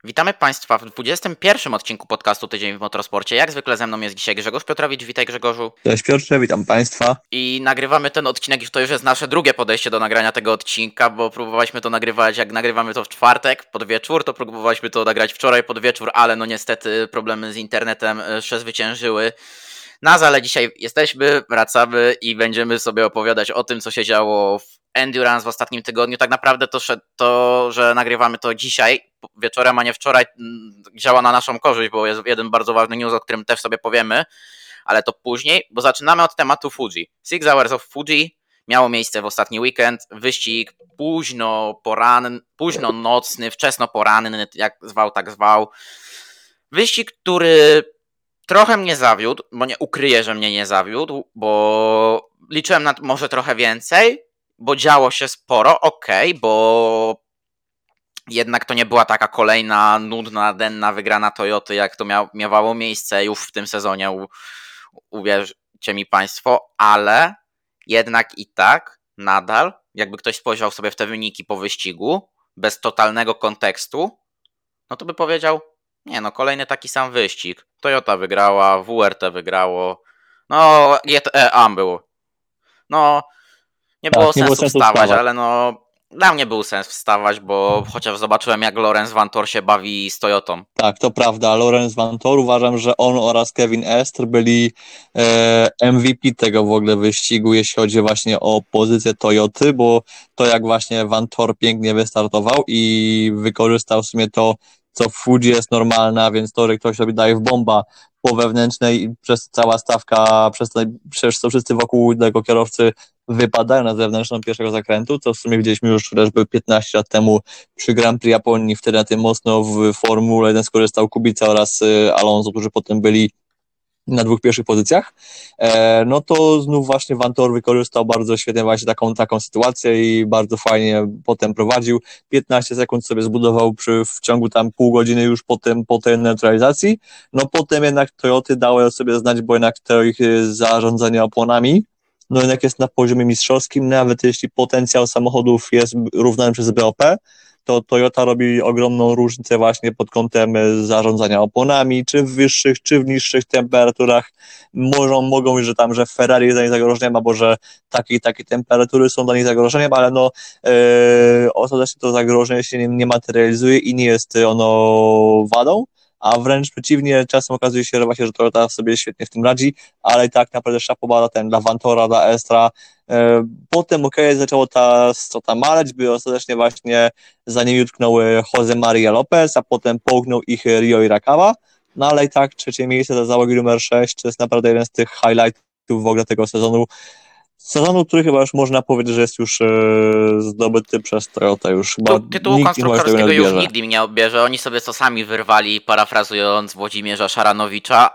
Witamy Państwa w 21. odcinku podcastu Tydzień w Motorsporcie. Jak zwykle ze mną jest dzisiaj Grzegorz Piotrowicz. Witaj, Grzegorzu. Cześć Piotrze, witam Państwa. I nagrywamy ten odcinek, to już jest nasze drugie podejście do nagrania tego odcinka, bo próbowaliśmy to nagrywać, jak nagrywamy to w czwartek pod wieczór, to próbowaliśmy to nagrać wczoraj pod wieczór, ale no niestety problemy z internetem przezwyciężyły nas, ale dzisiaj jesteśmy, wracamy i będziemy sobie opowiadać o tym, co się działo w Endurance w ostatnim tygodniu. Tak naprawdę to, że nagrywamy to dzisiaj wieczorem, a nie wczoraj, działa na naszą korzyść, bo jest jeden bardzo ważny news, o którym też sobie powiemy, ale to później, bo zaczynamy od tematu Fuji. 6 Hours of Fuji miało miejsce w ostatni weekend, wyścig późno nocny, wczesno poranny, jak zwał, tak zwał. Wyścig, który trochę mnie zawiódł, bo nie ukryję, że mnie nie zawiódł, bo liczyłem na może trochę więcej, bo działo się sporo, bo jednak to nie była taka kolejna nudna, denna wygrana Toyoty, jak to miało miejsce już w tym sezonie, uwierzcie mi Państwo, ale jednak i tak nadal, jakby ktoś spojrzał sobie w te wyniki po wyścigu, bez totalnego kontekstu, no to by powiedział, nie no, kolejny taki sam wyścig. Toyota wygrała, WRT wygrało, no GTE było. No, nie było sensu wstawać, ale no dla mnie był sens wstawać, bo chociaż zobaczyłem, jak Laurens Vanthoor się bawi z Toyotą. Tak, to prawda. Laurens Vanthoor, uważam, że on oraz Kevin Estre byli MVP tego w ogóle wyścigu, jeśli chodzi właśnie o pozycję Toyoty, bo to jak właśnie Vanthoor pięknie wystartował i wykorzystał w sumie to, co w Fuji jest normalne, więc to, że ktoś robi dive bomba po wewnętrznej i przez cała stawka, przez to wszyscy wokół tego kierowcy wypadają na zewnętrzną pierwszego zakrętu, co w sumie widzieliśmy już chociażby 15 lat temu przy Grand Prix Japonii, wtedy na tym mocno w Formule 1 skorzystał Kubica oraz Alonso, którzy potem byli na dwóch pierwszych pozycjach, no to znów właśnie Vanthoor wykorzystał bardzo świetnie właśnie taką sytuację i bardzo fajnie potem prowadził. 15 sekund sobie zbudował w ciągu tam pół godziny już po tej neutralizacji. No potem jednak Toyoty dały o sobie znać, bo jednak to ich zarządzanie opłonami no jednak jest na poziomie mistrzowskim, nawet jeśli potencjał samochodów jest równany przez BOP, to Toyota robi ogromną różnicę właśnie pod kątem zarządzania opłonami, czy w wyższych, czy w niższych temperaturach. Mogą, że Ferrari jest dla nich zagrożeniem, albo że takie temperatury są dla nich zagrożeniem, ale no ostatecznie to zagrożenie się nie materializuje i nie jest ono wadą, a wręcz przeciwnie, czasem okazuje się, że Toyota sobie świetnie w tym radzi, ale i tak naprawdę szapoba dla Vanthoora, dla Estra. Potem zaczęło ta maleć, by ostatecznie właśnie za nimi utknął Jose Maria Lopez, a potem połknął ich Rio Irakawa, no ale i tak trzecie miejsce za załogi numer 6, to jest naprawdę jeden z tych highlightów w ogóle tego sezonu, który chyba już można powiedzieć, że jest już zdobyty przez Toyota. Już chyba tytułu konstruktorskiego już nikt im nie odbierze. Oni sobie to sami wyrwali, parafrazując Włodzimierza Szaranowicza,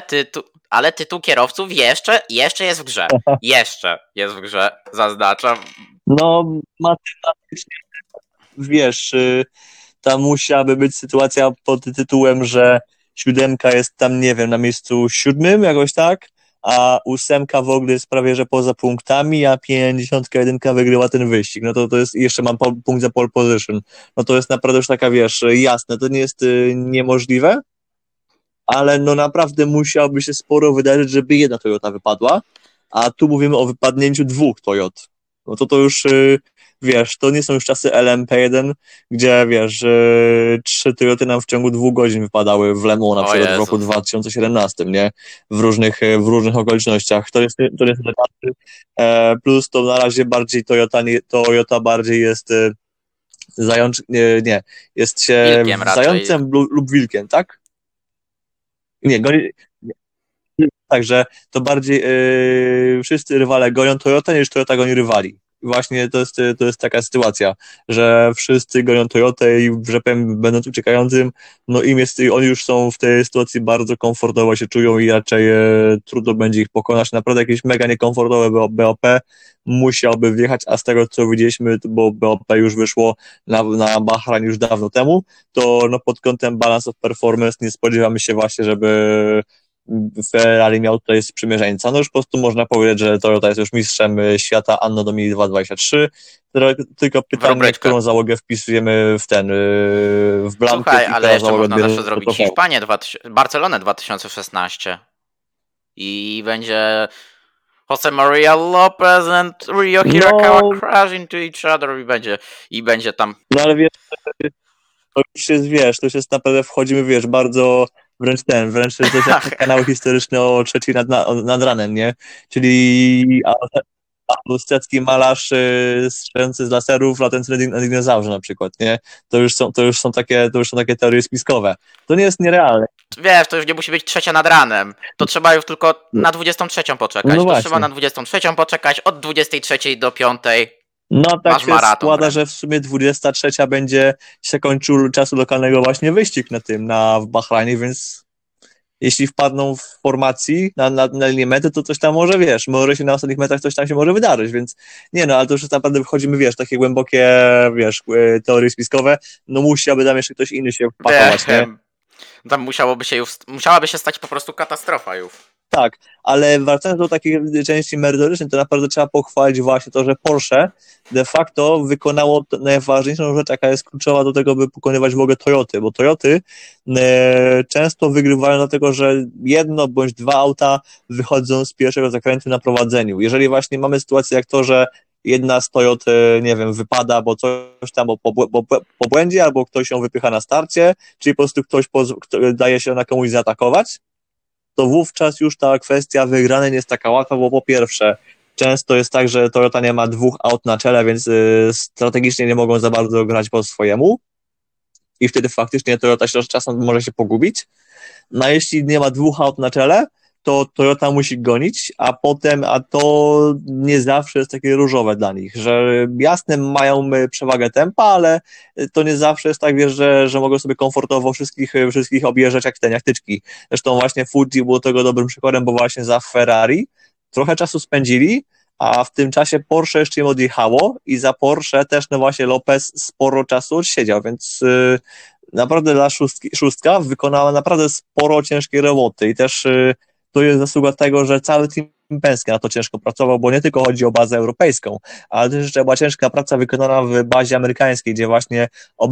ale tytuł kierowców jeszcze jest w grze. Jeszcze jest w grze, zaznaczam. No, matematycznie, wiesz, tam musiałaby być sytuacja pod tytułem, że 7 jest tam, nie wiem, na miejscu 7 jakoś tak, a 8 w ogóle jest prawie, że poza punktami, a 51 wygrywa ten wyścig. No to jest, jeszcze mam punkt za pole position. No to jest naprawdę już taka, wiesz, jasne, to nie jest niemożliwe, ale no naprawdę musiałoby się sporo wydarzyć, żeby jedna Toyota wypadła, a tu mówimy o wypadnięciu 2 Toyot. No to już, wiesz, to nie są już czasy LMP1, gdzie, wiesz, 3 Toyoty nam w ciągu 2 godzin wypadały w Le Mans, na przykład w roku 2017, nie? W różnych okolicznościach. To jest plus to na razie bardziej Toyota bardziej jest jest się zającem lub wilkiem, tak? Nie, także to bardziej wszyscy rywale gonią Toyotę, niż Toyota goni rywali. Właśnie to jest taka sytuacja, że wszyscy gonią Toyotę i rzepem będąc uciekającym, no oni już są w tej sytuacji bardzo komfortowo się czują i raczej trudno będzie ich pokonać. Naprawdę jakieś mega niekomfortowe BOP musiałby wjechać, a z tego co widzieliśmy, bo BOP już wyszło na Bahrain już dawno temu, to no pod kątem balance of performance nie spodziewamy się właśnie, żeby Ferrari miał tutaj sprzymierzeńca. No już po prostu można powiedzieć, że Toyota jest już mistrzem świata Anno Domini 2023. Tylko pytanie, którą załogę wpisujemy w blankiet. Słuchaj, ale jeszcze można zawsze zrobić Hiszpanię, Barcelonę 2016 i będzie Jose Maria Lopez and Rio Hirakawa crash into each other i będzie tam. No ale wiesz, to już jest, to już jest naprawdę, wchodzimy, bardzo wręcz to jest jak kanały historyczne o 3 nad ranem, nie? Czyli austriacki malarz strzelający z laserów, latający na dinozaurze na przykład, nie? To już są takie teorie spiskowe. To nie jest nierealne. Wiesz, to już nie musi być 3 nad ranem. To trzeba już tylko na 23 poczekać. No to trzeba na 23 poczekać, od 23 do 5. No tak się składa, że w sumie 23 będzie się kończył czasu lokalnego właśnie wyścig w Bahrajnie, więc jeśli wpadną w formacji na linię mety, to coś tam może się na ostatnich metach coś tam się może wydarzyć, więc ale to już naprawdę wchodzimy, takie głębokie, teorie spiskowe, no musiałby tam jeszcze ktoś inny się wpakować, nie? Tam musiałaby się stać po prostu katastrofa już. Tak, ale wracając do takiej części merytorycznej, to naprawdę trzeba pochwalić właśnie to, że Porsche de facto wykonało najważniejszą rzecz, jaka jest kluczowa do tego, by pokonywać w ogóle Toyoty, bo Toyoty często wygrywają dlatego, że 1 bądź 2 auta wychodzą z pierwszego zakrętu na prowadzeniu. Jeżeli właśnie mamy sytuację jak to, że jedna z Toyot, wypada, bo coś tam po błędzie, albo ktoś ją wypycha na starcie, czyli po prostu ktoś daje się na komuś zaatakować, to wówczas już ta kwestia wygranej nie jest taka łatwa, bo po pierwsze, często jest tak, że Toyota nie ma 2 aut na czele, więc strategicznie nie mogą za bardzo grać po swojemu i wtedy faktycznie Toyota czasem może się pogubić. No a jeśli nie ma 2 aut na czele, to Toyota musi gonić, a to nie zawsze jest takie różowe dla nich, że jasne mają przewagę tempa, ale to nie zawsze jest tak, że mogą sobie komfortowo wszystkich objeżdżać jak tyczki. Zresztą właśnie Fuji było tego dobrym przykładem, bo właśnie za Ferrari trochę czasu spędzili, a w tym czasie Porsche jeszcze im odjechało i za Porsche też właśnie Lopez sporo czasu odsiedział, więc naprawdę dla szóstka wykonała naprawdę sporo ciężkiej roboty i też to jest zasługa tego, że cały team Penske na to ciężko pracował, bo nie tylko chodzi o bazę europejską, ale też jeszcze była ciężka praca wykonana w bazie amerykańskiej, gdzie właśnie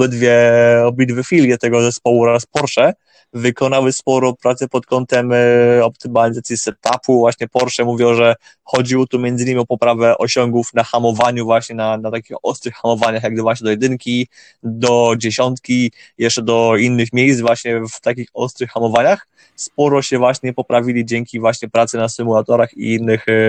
obydwie filie tego zespołu oraz Porsche wykonały sporo pracy pod kątem optymalizacji setupu. Właśnie Porsche mówią, że chodziło tu między innymi o poprawę osiągów na hamowaniu, właśnie na takich ostrych hamowaniach, jak właśnie do 1, do 10, jeszcze do innych miejsc właśnie w takich ostrych hamowaniach. Sporo się właśnie poprawili dzięki właśnie pracy na symulatorach i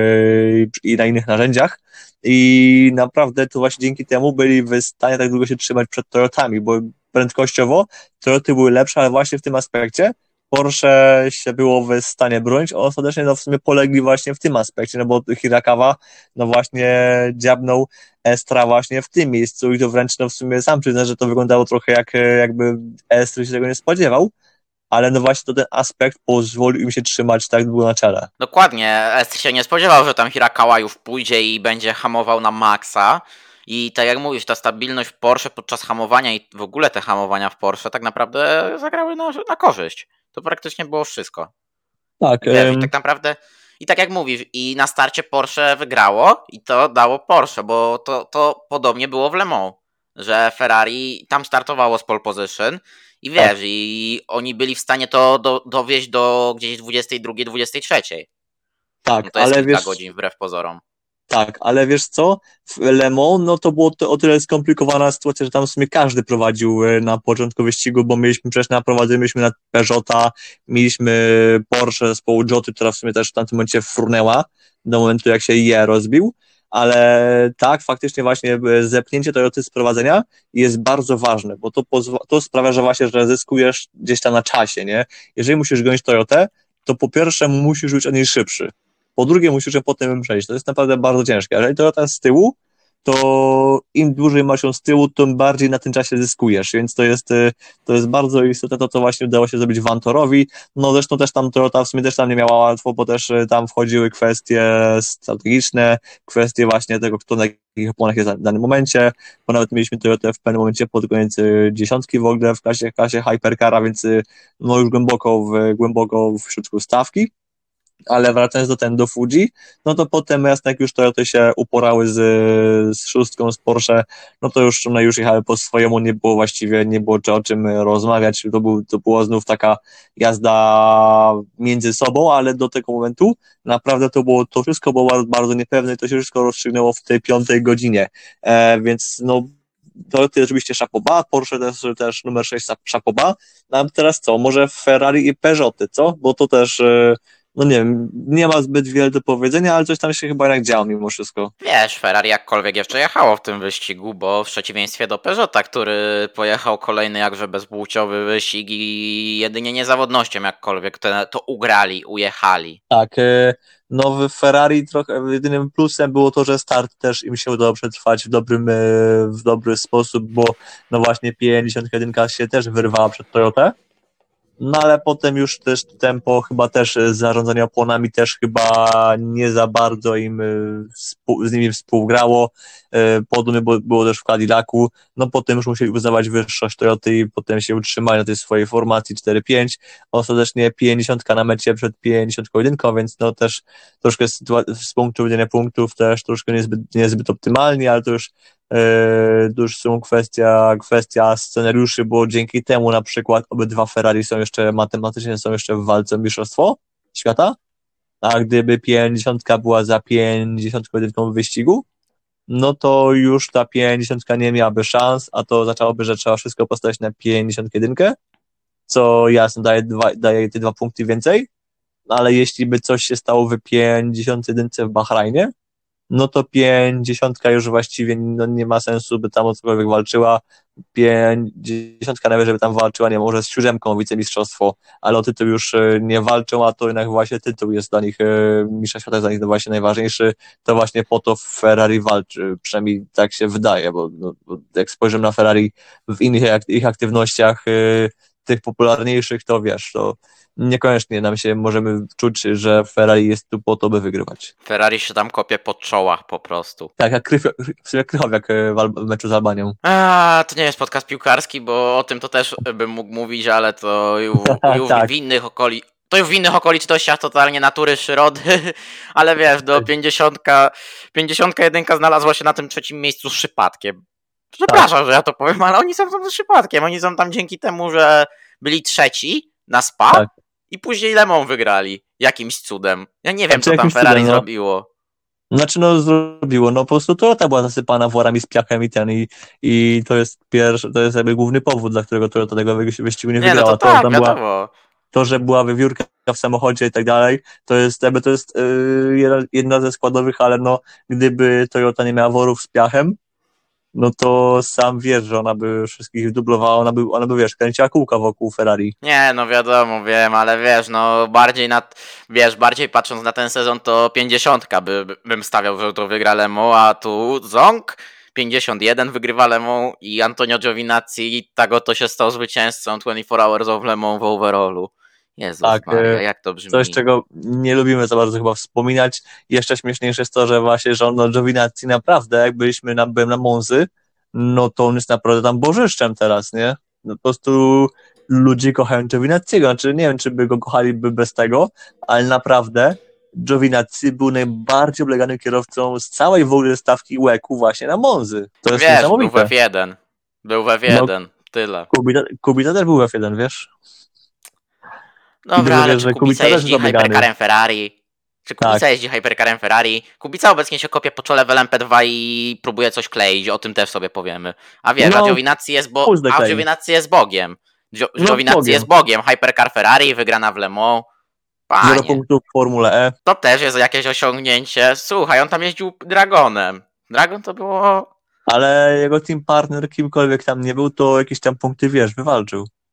na innych narzędziach i naprawdę to właśnie dzięki temu byli w stanie tak długo się trzymać przed Toyotami, bo prędkościowo Toyoty były lepsze, ale właśnie w tym aspekcie Porsche się było w stanie bronić, a ostatecznie w sumie polegli właśnie w tym aspekcie, bo Hirakawa właśnie dziabnął Estra właśnie w tym miejscu i to wręcz w sumie sam przyznam, że to wyglądało trochę jakby Estr się tego nie spodziewał, ale właśnie to ten aspekt pozwolił im się trzymać tak długo na czele. Dokładnie, Estr się nie spodziewał, że tam Hirakawa już pójdzie i będzie hamował na maksa. I tak jak mówisz, ta stabilność w Porsche podczas hamowania i w ogóle te hamowania w Porsche tak naprawdę zagrały na korzyść. To praktycznie było wszystko. Tak. Wiesz, i tak naprawdę, i tak jak mówisz, i na starcie Porsche wygrało i to dało Porsche, bo to podobnie było w Le Mans, że Ferrari tam startowało z pole position i wiesz, tak. I oni byli w stanie to dowieźć do gdzieś 22, 23. Tak, no to jest kilka godzin wbrew pozorom. Tak, ale wiesz co, w Le Mans, to było o tyle skomplikowana sytuacja, że tam w sumie każdy prowadził na początku wyścigu, bo mieliśmy na Peugeota, mieliśmy Porsche zespołu Joty, która w sumie też w tamtym momencie frunęła, do momentu jak się rozbił, ale tak, faktycznie właśnie zepchnięcie Toyoty z prowadzenia jest bardzo ważne, bo to sprawia, że właśnie, że zyskujesz gdzieś tam na czasie, nie? Jeżeli musisz gonić Toyotę, to po pierwsze musisz być od niej szybszy. Po drugie musisz ją potem przejść. To jest naprawdę bardzo ciężkie. A jeżeli Toyota jest z tyłu, to im dłużej masz ją z tyłu, tym bardziej na tym czasie zyskujesz, więc to jest bardzo istotne to, co właśnie udało się zrobić Vantorowi. No zresztą też tam Toyota w sumie też tam nie miała łatwo, bo też tam wchodziły kwestie strategiczne, kwestie właśnie tego, kto na jakich oponach jest w danym momencie, bo nawet mieliśmy Toyotę w pewnym momencie pod koniec dziesiątki w ogóle w klasie Hypercara, więc no już głęboko w środku stawki. Ale wracając do Fuji, no to potem jasne, jak już Toyoty się uporały z szóstką, z Porsche, no to już one już jechały po swojemu, nie było o czym rozmawiać, to była znów taka jazda między sobą, ale do tego momentu naprawdę to wszystko było bardzo, bardzo niepewne i to się wszystko rozstrzygnęło w tej 5 godzinie, więc no Toyoty oczywiście szapoba, Porsche też numer 6 szapoba, no a teraz co, może Ferrari i Peugeoty, co? Bo to też no nie wiem, nie ma zbyt wiele do powiedzenia, ale coś tam się chyba jednak działo mimo wszystko. Wiesz, Ferrari jakkolwiek jeszcze jechało w tym wyścigu, bo w przeciwieństwie do Peugeota, który pojechał kolejny jakże bezpłciowy wyścig i jedynie niezawodnością jakkolwiek to ugrali, ujechali. Tak, no w Ferrari trochę jedynym plusem było to, że start też im się udało przetrwać w dobry sposób, bo no właśnie 51 się też wyrwała przed Toyotę. No ale potem już też tempo chyba też zarządzanie opłonami też chyba nie za bardzo z nimi współgrało. Podobnie było też w Cadillacu. No potem już musieli uznawać wyższość Toyoty i potem się utrzymali na tej swojej formacji 4-5. Ostatecznie 50 na mecie przed 51, więc no też troszkę z punktu widzenia punktów też troszkę niezbyt optymalnie, ale to już są kwestia scenariuszy, bo dzięki temu na przykład obydwa Ferrari matematycznie są jeszcze w walce o mistrzostwo świata, a gdyby 50 była za 51 w wyścigu, no to już ta 50 nie miałaby szans, a to oznaczałoby, że trzeba wszystko postawić na 51, co jasno daje te 2 punkty więcej, ale jeśli by coś się stało w 51 w Bahrajnie, no to 50 już właściwie no, nie ma sensu, by tam o cokolwiek walczyła. 50 nawet, żeby tam walczyła, nie może z 7 wicemistrzostwo, ale o tytuł już nie walczą, a to jednak właśnie tytuł jest dla nich, mistrza świata jest dla nich właśnie najważniejszy, to właśnie po to Ferrari walczy, przynajmniej tak się wydaje, bo jak spojrzymy na Ferrari w innych ich aktywnościach, tych popularniejszych, to wiesz, to niekoniecznie nam się możemy czuć, że Ferrari jest tu po to, by wygrywać. Ferrari się tam kopie po czołach po prostu. Tak, jak Krychowiak w meczu z Albanią. To nie jest podcast piłkarski, bo o tym to też bym mógł mówić, ale to już Tak. to już w innych okolicznościach totalnie natury, przyrody, ale wiesz, do 51 znalazła się na tym 3. miejscu z przypadkiem. Przepraszam, że ja to powiem, ale oni są tam z przypadkiem. Oni są tam dzięki temu, że byli 3 na Spa Tak. i później Le Mans wygrali. Jakimś cudem. Ja nie wiem, Znaczy, co tam Ferrari zrobiło. Znaczy, zrobiło, po prostu Toyota była zasypana worami z piachem i to jest jakby główny powód, dla którego Toyota tego wyścigu nie wygrała. No to tak, wiadomo. To, że była wywiórka w samochodzie i tak dalej, to jest jedna ze składowych, ale no, gdyby Toyota nie miała worów z piachem, no to sam wiesz, że ona by wszystkich dublowała, ona by wiesz, kręciła kółka wokół Ferrari. Nie, no wiadomo, wiem, ale wiesz, no bardziej patrząc na ten sezon, to 50 bym stawiał, że to wygra Le Mans, a tu Zong 51 wygrywa Le Mans i Antonio Giovinazzi tak oto się stał zwycięzcą 24 Hours of Le Mans w overallu. Jezus Tak, Maria, jak to brzmi. Coś, czego nie lubimy za bardzo chyba wspominać. Jeszcze śmieszniejsze jest to, że właśnie, że Giovinazzi naprawdę, jak byłem na Monzy, no to on jest naprawdę tam bożyszczem teraz, nie? No, po prostu ludzie kochają Giovinazziego, znaczy nie wiem, czy by go kochaliby bez tego, ale naprawdę Giovinazzi był najbardziej obleganym kierowcą z całej w ogóle stawki UEK-u właśnie na Monzy. To jest niesamowite. Był w F1, tyle. Kubica też był w F1, wiesz? Dobra, ale czy Kubica jeździ Hypercarem Ferrari? Jeździ Hypercarem Ferrari? Kubica obecnie się kopie po czole w LMP2 i próbuje coś kleić, o tym też sobie powiemy. A wiesz, a Giovinazzi jest Bogiem. Giovinazzi jest Bogiem. Hypercar Ferrari, wygrana w Le Mans. Panie. 0 punktów w Formule E. To też jest jakieś osiągnięcie. Słuchaj, on tam jeździł Dragonem. Dragon to było... Ale jego team partner, kimkolwiek tam nie był, to jakieś tam punkty, wiesz, wywalczył.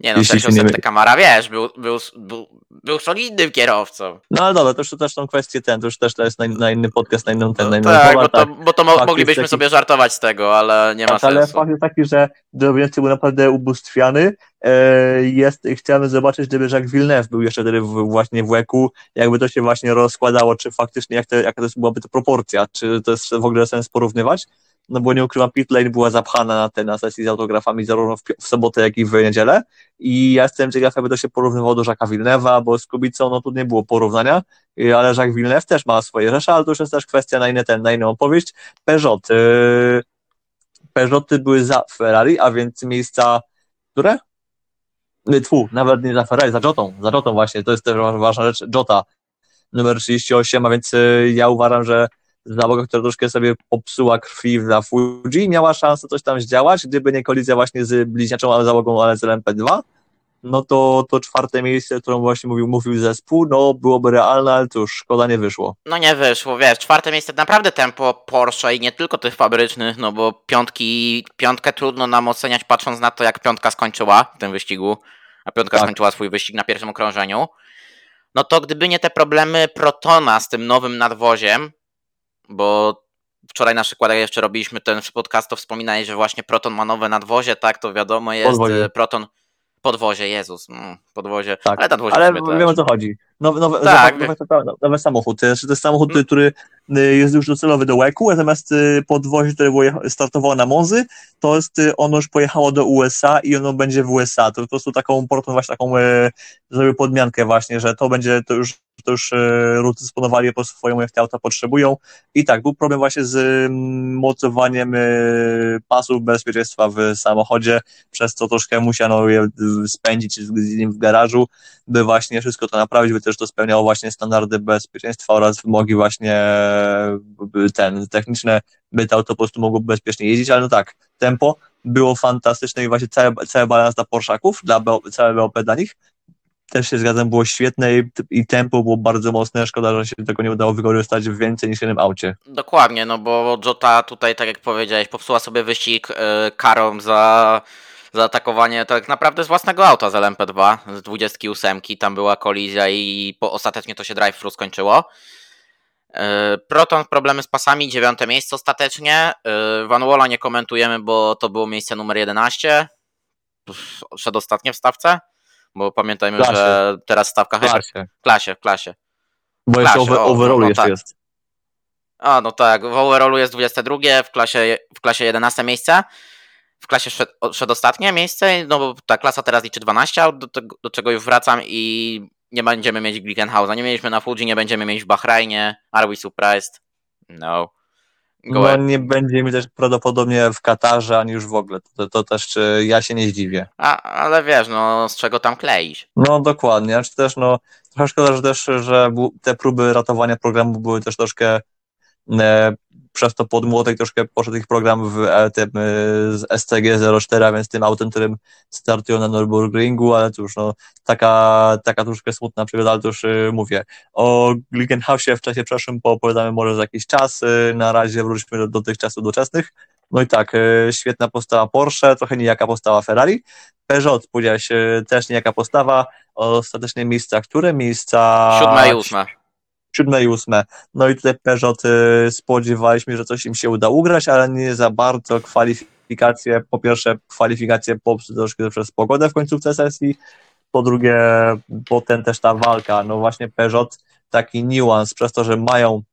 Nie no, Sergio Sette Camara, wiesz, był solidnym kierowcą. No ale dobra, to już też tą kwestię to już też to jest na inny podcast, na inną tak, temat. Bo to moglibyśmy sobie żartować z tego, ale nie ma sensu. Ale fakt jest taki, że Drobniewski był naprawdę ubóstwiany. Chciałem zobaczyć, gdyby Jacques Villeneuve był jeszcze wtedy właśnie w łeku, jakby to się właśnie rozkładało, czy faktycznie jaka to byłaby to proporcja, czy to jest w ogóle sens porównywać. No bo nie ukrywam, pit lane była zapchana na sesji z autografami zarówno w sobotę, jak i w niedzielę i ja jestem ciekaw, jakby to się porównywało do Jacques'a Villeneuve'a, bo z Kubicą no tu nie było porównania, ale Jacques Villeneuve też ma swoje rzeczy, ale to już jest też kwestia na inną opowieść. Peugeoty były za Ferrari, a więc miejsca, które? Nawet nie za Ferrari, za Jotą właśnie, to jest też ważna rzecz, Jota numer 38, a więc ja uważam, że załoga, która troszkę sobie popsuła krwi dla Fuji, miała szansę coś tam zdziałać, gdyby nie kolizja właśnie z bliźniaczą załogą, ale z LMP2, no to czwarte miejsce, którą właśnie mówił zespół, no byłoby realne, ale cóż, szkoda nie wyszło. No nie wyszło, wiesz, czwarte miejsce naprawdę tempo Porsche i nie tylko tych fabrycznych, no bo piątkę trudno nam oceniać patrząc na to, jak piątka skończyła w tym wyścigu, a piątka skończyła swój wyścig na pierwszym okrążeniu. No to gdyby nie te problemy Protona z tym nowym nadwoziem, bo wczoraj na przykład, jak jeszcze robiliśmy ten podcast, to wspominałeś, że właśnie Proton ma nowe nadwozie, tak, to wiadomo jest, Proton... Podwozie, Jezus, podwozie, tak, ale nadwozie. Ale wiem o co chodzi. Nowy samochód, to jest samochód, który jest już docelowy do łeku, natomiast podwozie, które startowało na Monzy, to jest, ono już pojechało do USA i ono będzie w USA. To po prostu taką portą właśnie taką zrobił podmiankę właśnie, że to już ruty dysponowali po swoją, jak te auta potrzebują. I tak, był problem właśnie z mocowaniem pasów bezpieczeństwa w samochodzie, przez co troszkę musiano je spędzić z nim w garażu, by właśnie wszystko to naprawić, by też to spełniało właśnie standardy bezpieczeństwa oraz wymogi właśnie techniczne, by to auto po prostu mogło bezpiecznie jeździć, ale no tak, tempo było fantastyczne i właśnie cały balans dla Porszaków, całe BOP dla nich, też się zgadzam, było świetne i tempo było bardzo mocne, szkoda, że się tego nie udało wykorzystać w więcej niż jednym aucie. Dokładnie, no bo Jota tutaj, tak jak powiedziałeś, popsuła sobie wyścig karą za zaatakowanie tak naprawdę z własnego auta z LMP2, z 28, tam była kolizja i ostatecznie to się drive-thru skończyło. Proton, problemy z pasami, 9. miejsce ostatecznie. Van Walla nie komentujemy, bo to było miejsce numer 11, przedostatnie w stawce, bo pamiętajmy, że teraz stawka w klasie. Bo jeszcze overall jeszcze jest. A, no tak, w overallu jest 22, w klasie 11 miejsce. W klasie przedostatnie miejsce, no bo ta klasa teraz liczy 12 aut, do czego już wracam i nie będziemy mieć Glickenhausa. Nie mieliśmy na Fuji, nie będziemy mieć w Bahrajnie. Are we surprised? No. No nie będziemy też prawdopodobnie w Katarze, ani już w ogóle. To też ja się nie zdziwię. Ale wiesz, no z czego tam kleić? No dokładnie, znaczy też trochę szkoda, że te próby ratowania programu były też troszkę przez to podmłotek troszkę poszedł ich program z STG-04, a więc tym autem, którym startują na Nürburgringu, ale cóż, taka troszkę smutna przygoda, ale to już mówię. O Glickenhausie w czasie przeszłym poopowiadamy może za jakiś czas, na razie wróćmy do tych czasów doczesnych. No i tak, świetna postawa Porsche, trochę nijaka postawa Ferrari. Peugeot, powiedziałeś, też nijaka postawa, ostatecznie miejsca, które? Miejsca... 7. i 8. 7. i 8. No i tutaj Peugeot spodziewaliśmy, że coś im się uda ugrać, ale nie za bardzo kwalifikacje. Po pierwsze, kwalifikacje troszkę przez pogodę w końcówce sesji. Po drugie, potem też ta walka. No właśnie Peugeot, taki niuans przez to, że mają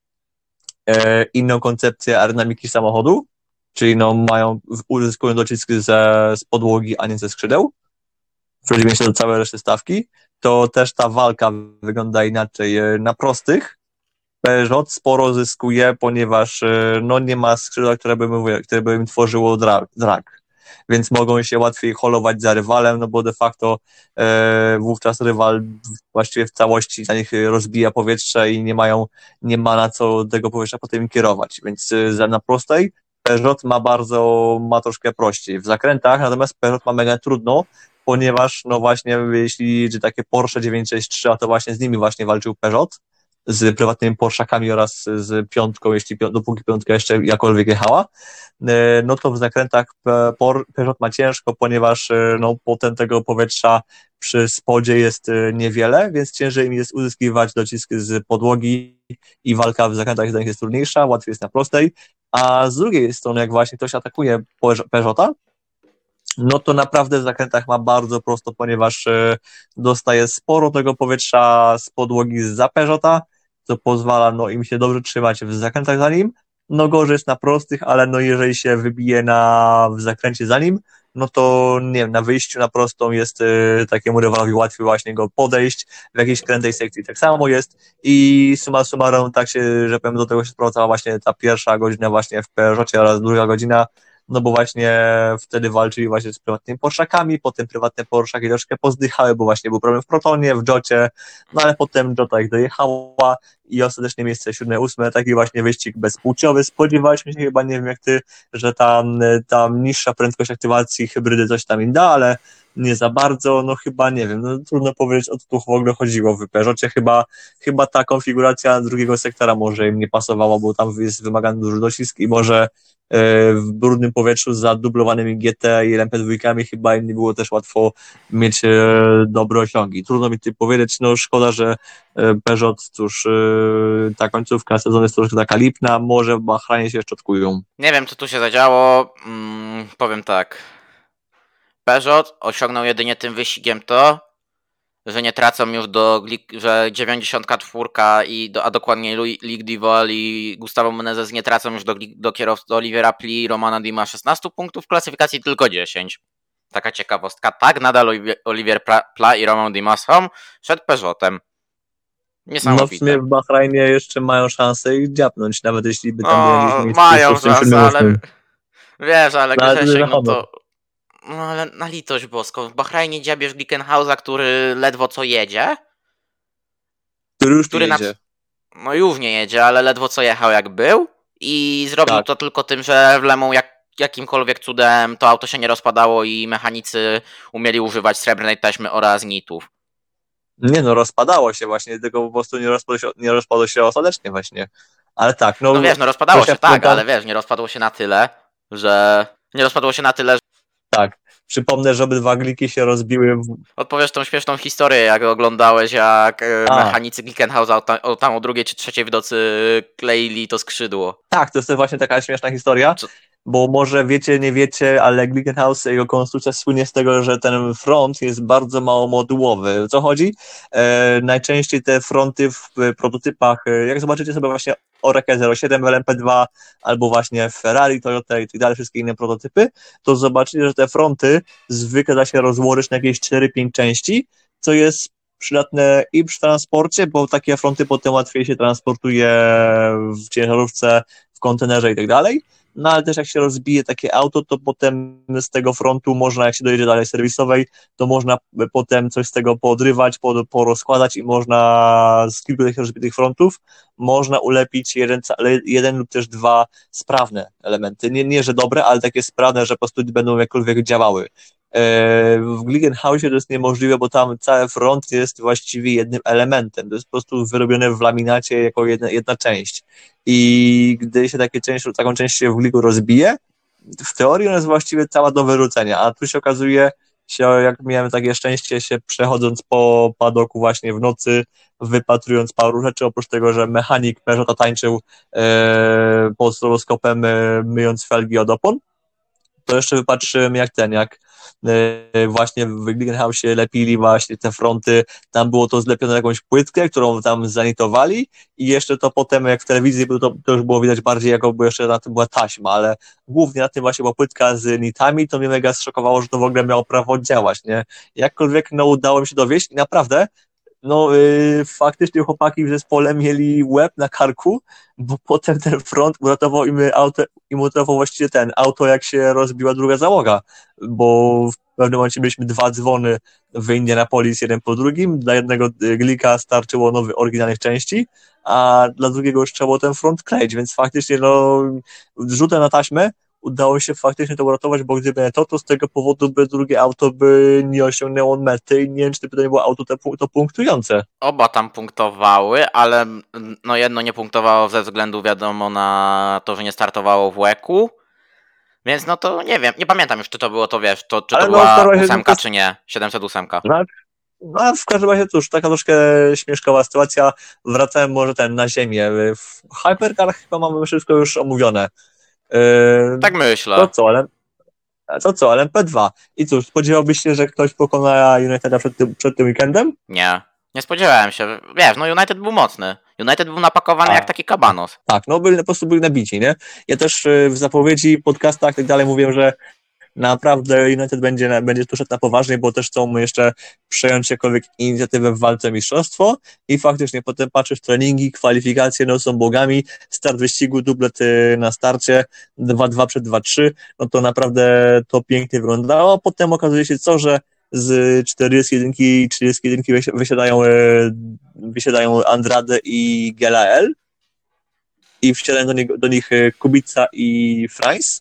inną koncepcję aerodynamiki samochodu, czyli uzyskują docisk z podłogi, a nie ze skrzydeł. W przeciwieństwie do całej reszty stawki, to też ta walka wygląda inaczej. Na prostych Peugeot sporo zyskuje, ponieważ nie ma skrzydła, które by im tworzyło drag. Więc mogą się łatwiej holować za rywalem, no bo de facto wówczas rywal właściwie w całości na nich rozbija powietrze i nie ma na co tego powietrza potem kierować. Więc na prostej Peugeot ma troszkę prościej. W zakrętach natomiast Peugeot ma mega trudno, ponieważ no właśnie jeśli takie Porsche 963, a to właśnie z nimi właśnie walczył Peugeot, z prywatnymi Porszakami oraz z piątką, dopóki piątka jeszcze jakkolwiek jechała, no to w zakrętach Peugeot ma ciężko, ponieważ no, potem tego powietrza przy spodzie jest niewiele, więc ciężej im jest uzyskiwać docisk z podłogi i walka w zakrętach dla nich jest trudniejsza, łatwiej jest na prostej, a z drugiej strony, jak właśnie ktoś atakuje Peugeota, no to naprawdę w zakrętach ma bardzo prosto, ponieważ dostaje sporo tego powietrza z podłogi zza Peugeota, co pozwala no, im się dobrze trzymać w zakrętach za nim. No gorzej jest na prostych, ale no jeżeli się wybije w zakręcie za nim, no to nie wiem, na wyjściu na prostą jest takiemu rywalowi łatwiej właśnie go podejść w jakiejś krętej sekcji. Tak samo jest i summa summarum tak się, że powiem, do tego się sprowadzała właśnie ta pierwsza godzina właśnie w Peugeocie oraz druga godzina, no bo właśnie wtedy walczyli właśnie z prywatnymi Porszakami, potem prywatne Porszaki troszkę pozdychały, bo właśnie był problem w Protonie, w Jocie, no ale potem Jota ich dojechała i ostatecznie miejsce 7-8, taki właśnie wyścig bezpłciowy. Spodziewaliśmy się chyba, nie wiem jak ty, że tam niższa prędkość aktywacji hybrydy coś tam im da, ale nie za bardzo, no chyba nie wiem, no trudno powiedzieć, o co tu w ogóle chodziło w Peugeocie, chyba ta konfiguracja drugiego sektora może im nie pasowała, bo tam jest wymagany duży docisk i może w brudnym powietrzu za dublowanymi GT i LMP2 chyba im nie było też łatwo mieć dobre osiągi. Trudno mi tu powiedzieć, no szkoda, że Peugeot, cóż, ta końcówka sezonu jest troszkę taka lipna, może w Bahrajnie się szczotkują. Nie wiem, co tu się zadziało. Powiem tak. Peugeot osiągnął jedynie tym wyścigiem to, że nie tracą już że 94 a dokładniej Ligue Dival i Gustavo Menezes nie tracą już do kierowcy Olivera Pli i Romana Dima 16 punktów, w klasyfikacji tylko 10. Taka ciekawostka. Tak, nadal Olivier Pla i Roman Dima są przed Peugeotem. Niesamowite. No w sumie w Bahrajnie jeszcze mają szansę ich dziapnąć, nawet jeśli by tam byli gdzieś mają szansę, ale wiesz, ale Grzesiek, no to no ale na litość boską, w Bahrajnie dziabiesz Glickenhausa, który ledwo co jedzie. Który jedzie. No już nie jedzie, ale ledwo co jechał jak był i zrobił to tylko tym, że w Le Mans jakimkolwiek cudem to auto się nie rozpadało i mechanicy umieli używać srebrnej taśmy oraz nitów. Nie no, rozpadało się właśnie, tylko po prostu nie rozpadło się ostatecznie właśnie. Ale tak, no... No wiesz, no rozpadało się, tak, ale wiesz, nie rozpadło się na tyle, że... Tak, przypomnę, że obydwa gliki się rozbiły... Odpowiesz tą śmieszną historię, jak oglądałeś, jak mechanicy Glickenhausa tam o drugiej czy trzeciej w nocy kleili to skrzydło. Tak, to jest właśnie taka śmieszna historia. Bo może wiecie, nie wiecie, ale Glickenhaus, jego konstrukcja słynie z tego, że ten front jest bardzo mało modułowy. O co chodzi? Najczęściej te fronty w prototypach, jak zobaczycie sobie właśnie Orekę 07 w LMP2 albo właśnie Ferrari, Toyota i tak dalej, wszystkie inne prototypy, to zobaczycie, że te fronty zwykle da się rozłożyć na jakieś 4-5 części, co jest przydatne i przy transporcie, bo takie fronty potem łatwiej się transportuje w ciężarówce, w kontenerze i tak dalej. No ale też jak się rozbije takie auto, to potem z tego frontu można, jak się dojedzie dalej serwisowej, to można potem coś z tego poodrywać, porozkładać i można z kilku takich rozbitych frontów można ulepić jeden lub też dwa sprawne elementy. Nie, że dobre, ale takie sprawne, że po prostu będą jakkolwiek działały. W Glickenhausie to jest niemożliwe, bo tam cały front jest właściwie jednym elementem. To jest po prostu wyrobione w laminacie jako jedna część. I gdy się taką część się w Gliku rozbije, w teorii ona jest właściwie cała do wyrzucenia, a tu się okazuje, jak miałem takie szczęście, się przechodząc po padoku właśnie w nocy, wypatrując paru rzeczy, oprócz tego, że mechanik Peugeota tańczył pod stroboskopem, myjąc felgi od opon, to jeszcze wypatrzyłem jak właśnie w Glickenhausie lepili właśnie te fronty, tam było to zlepione na jakąś płytkę, którą tam zanitowali i jeszcze to potem, jak w telewizji to już było widać bardziej, jako by jeszcze na tym była taśma, ale głównie na tym właśnie była płytka z nitami, to mnie mega zszokowało, że to w ogóle miało prawo działać, nie? Jakkolwiek, no udało mi się dowieść i naprawdę faktycznie chłopaki w zespole mieli łeb na karku, bo potem ten front uratował im uratował właściwie auto, jak się rozbiła druga załoga, bo w pewnym momencie mieliśmy 2 dzwony w Indianapolis, jeden po drugim, dla jednego glika starczyło nowych, oryginalnych części, a dla drugiego już trzeba było ten front kleić, więc faktycznie rzutem na taśmę udało się faktycznie to uratować, bo gdyby nie to z tego powodu by drugie auto by nie osiągnęło mety i nie wiem, czy to nie było auto to punktujące. Oba tam punktowały, ale no jedno nie punktowało ze względu, wiadomo, na to, że nie startowało w WEC-u. Więc no to nie wiem, nie pamiętam już, czy to było to, wiesz, czy to była ósemka, czy nie, 708. No, w każdym razie cóż, taka troszkę śmieszkowa sytuacja. Wracałem może na ziemię. W Hypercar chyba mamy wszystko już omówione. Tak myślę. To co, LMP2. I cóż, spodziewałbyś się, że ktoś pokona Uniteda przed tym weekendem? Nie spodziewałem się. Wiesz, no United był mocny. United był napakowany jak taki kabanos. Tak, no po prostu byli nabici, nie? Ja też w zapowiedzi, podcastach i tak dalej mówiłem, że naprawdę United będzie tu szedł na poważnie, bo też chcą jeszcze przejąć jakąkolwiek inicjatywę w walce o mistrzostwo i faktycznie potem patrzysz treningi, kwalifikacje, no są bogami, start wyścigu, dublet na starcie, 2-2 przed 2-3, no to naprawdę to pięknie wyglądało. Potem okazuje się że z 41 wysiadają Andrade i Gelael i wsiadają do nich Kubica i Freins.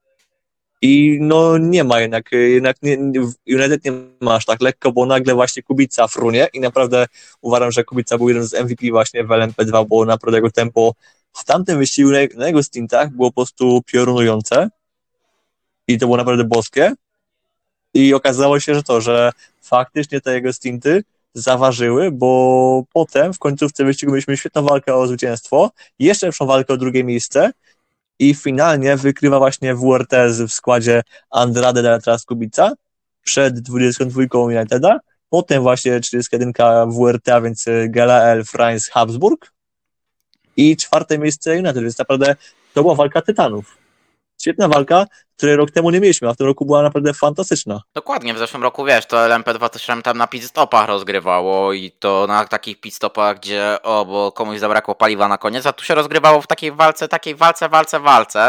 I no nie ma jednak United nie ma aż tak lekko, bo nagle właśnie Kubica frunie i naprawdę uważam, że Kubica był jeden z MVP właśnie w LMP2, bo naprawdę jego tempo w tamtym wyścigu na jego stintach było po prostu piorunujące i to było naprawdę boskie i okazało się, że faktycznie te jego stinty zaważyły, bo potem w końcówce wyścigu mieliśmy świetną walkę o zwycięstwo, jeszcze lepszą walkę o drugie miejsce i finalnie wykrywa właśnie WRT w składzie Andrade teraz Kubica przed 22 Uniteda, potem właśnie 41 WRT, a więc Gelael, Freins, Habsburg i czwarte miejsce United, więc naprawdę to była walka tytanów. Świetna walka, której rok temu nie mieliśmy, a w tym roku była naprawdę fantastyczna. Dokładnie, w zeszłym roku, wiesz, to LMP2 też tam na pit-stopach rozgrywało i to na takich pit-stopach, gdzie bo komuś zabrakło paliwa na koniec, a tu się rozgrywało w takiej walce.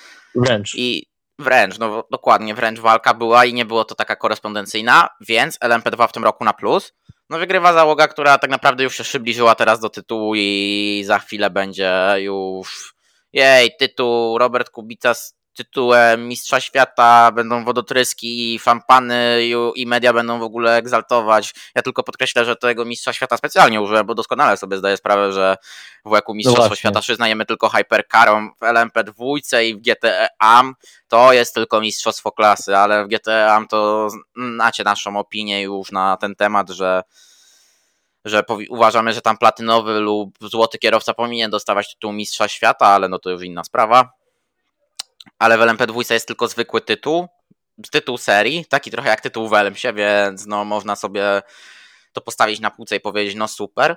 Wręcz, no dokładnie, wręcz walka była i nie było to taka korespondencyjna, więc LMP2 w tym roku na plus. No wygrywa załoga, która tak naprawdę już się przybliżyła teraz do tytułu i za chwilę będzie już tytuł Robert Kubica z tytułem Mistrza Świata, będą wodotryski i fampany i media będą w ogóle egzaltować. Ja tylko podkreślę, że tego Mistrza Świata specjalnie użyłem, bo doskonale sobie zdaję sprawę, że w WEC-u Mistrzostwo Świata przyznajemy tylko Hypercarom, w LMP2 i w GTE AM to jest tylko mistrzostwo klasy, ale w GTE AM to znacie naszą opinię już na ten temat, że uważamy, że tam platynowy lub złoty kierowca powinien dostawać tytuł Mistrza Świata, ale no to już inna sprawa. Ale w LMP2 jest tylko zwykły tytuł serii, taki trochę jak tytuł w LMS-ie, więc no można sobie to postawić na półce i powiedzieć no super,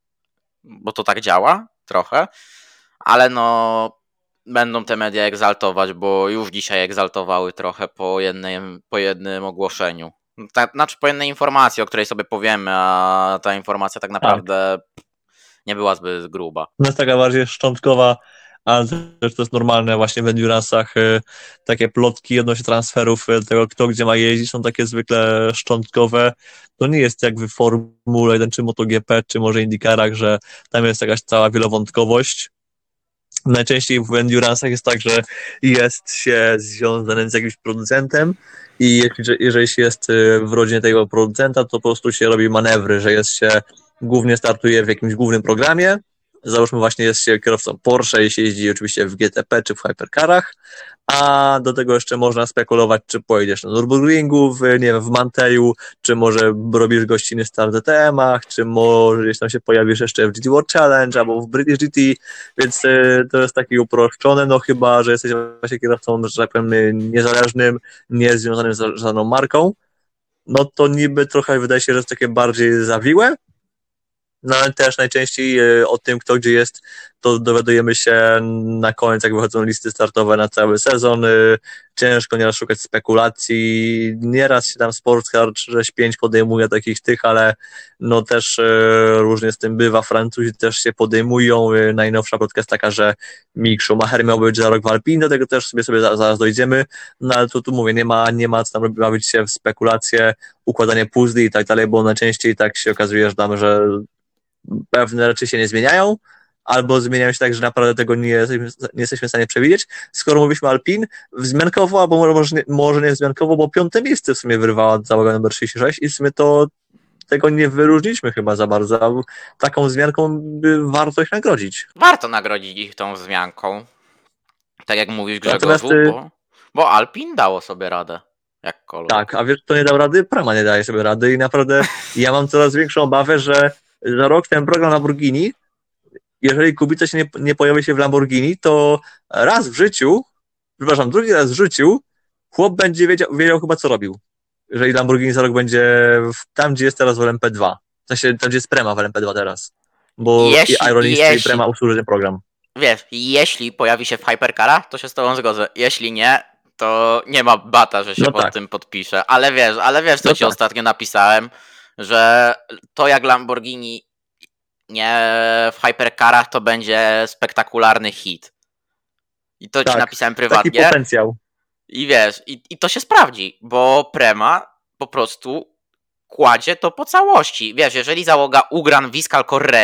bo to tak działa trochę, ale no będą te media egzaltować, bo już dzisiaj egzaltowały trochę po jednym ogłoszeniu. Znaczy po jednej informacji, o której sobie powiemy, a ta informacja tak naprawdę nie była zbyt gruba. No jest taka bardziej szczątkowa, ale też to jest normalne właśnie w endurance'ach, takie plotki odnośnie transferów, tego kto gdzie ma jeździć, są takie zwykle szczątkowe. To nie jest jak w Formule 1 czy MotoGP, czy może IndyCarach, że tam jest jakaś cała wielowątkowość. Najczęściej w endurance'ach jest tak, że jest się związany z jakimś producentem i jeżeli się jest w rodzinie tego producenta, to po prostu się robi manewry, że głównie startuje w jakimś głównym programie. Załóżmy właśnie jest się kierowcą Porsche i się jeździ oczywiście w GTP czy w Hypercarach, a do tego jeszcze można spekulować, czy pojedziesz na Nürburgringu, w Manteju, czy może robisz gościny w Star DTM-ach, czy może gdzieś tam się pojawisz jeszcze w GT World Challenge albo w British GT, więc to jest takie uproszczone, no chyba, że jesteś właśnie kierowcą, że tak powiem, niezależnym, nie związanym z żadną marką, no to niby trochę wydaje się, że jest takie bardziej zawiłe. No ale też najczęściej o tym, kto gdzie jest, to dowiadujemy się na koniec, jak wychodzą listy startowe na cały sezon. Ciężko nieraz szukać spekulacji. Nieraz się tam Sportscar 6-5 podejmuje takich ale no też różnie z tym bywa. Francuzi też się podejmują. Najnowsza plotka jest taka, że Mick Schumacher miał być za rok w Alpine, do tego też sobie zaraz dojdziemy. No ale tu mówię, nie ma co tam bawić się w spekulacje, układanie puzli i tak dalej, bo najczęściej tak się okazuje, że pewne rzeczy się nie zmieniają, albo zmieniają się tak, że naprawdę tego nie jesteśmy w stanie przewidzieć. Skoro mówiliśmy Alpine, wzmiankowo, albo może nie wzmiankowo, bo 5. miejsce w sumie wyrwała załoga numer 36 i w sumie to tego nie wyróżniliśmy chyba za bardzo, a taką wzmianką warto ich nagrodzić. Warto nagrodzić ich tą wzmianką. Tak jak mówisz, Grzegorzu, bo Alpine dało sobie radę. Jakkolwiek. Tak, a wiesz, kto nie dał rady? Prema nie daje sobie rady i naprawdę ja mam coraz większą obawę, że za rok ten program Lamborghini, jeżeli Kubica się nie pojawi się w Lamborghini, to drugi raz w życiu chłop będzie wiedział chyba, co robił. Jeżeli Lamborghini za rok będzie tam, gdzie jest teraz w LMP2. W sensie, tam, gdzie jest Prema w LMP2 teraz. Bo Ironista i Prema usłuży ten program. Wiesz, jeśli pojawi się w Hypercara, to się z tobą zgodzę. Jeśli nie, to nie ma bata, że się pod tym podpisze. Ale wiesz, co ci ostatnio napisałem, że to jak Lamborghini nie w Hypercarach, to będzie spektakularny hit. I to ci napisałem prywatnie. Taki potencjał. I wiesz, i to się sprawdzi, bo Prema po prostu kładzie to po całości. Wiesz, jeżeli załoga Ugran, Viscal,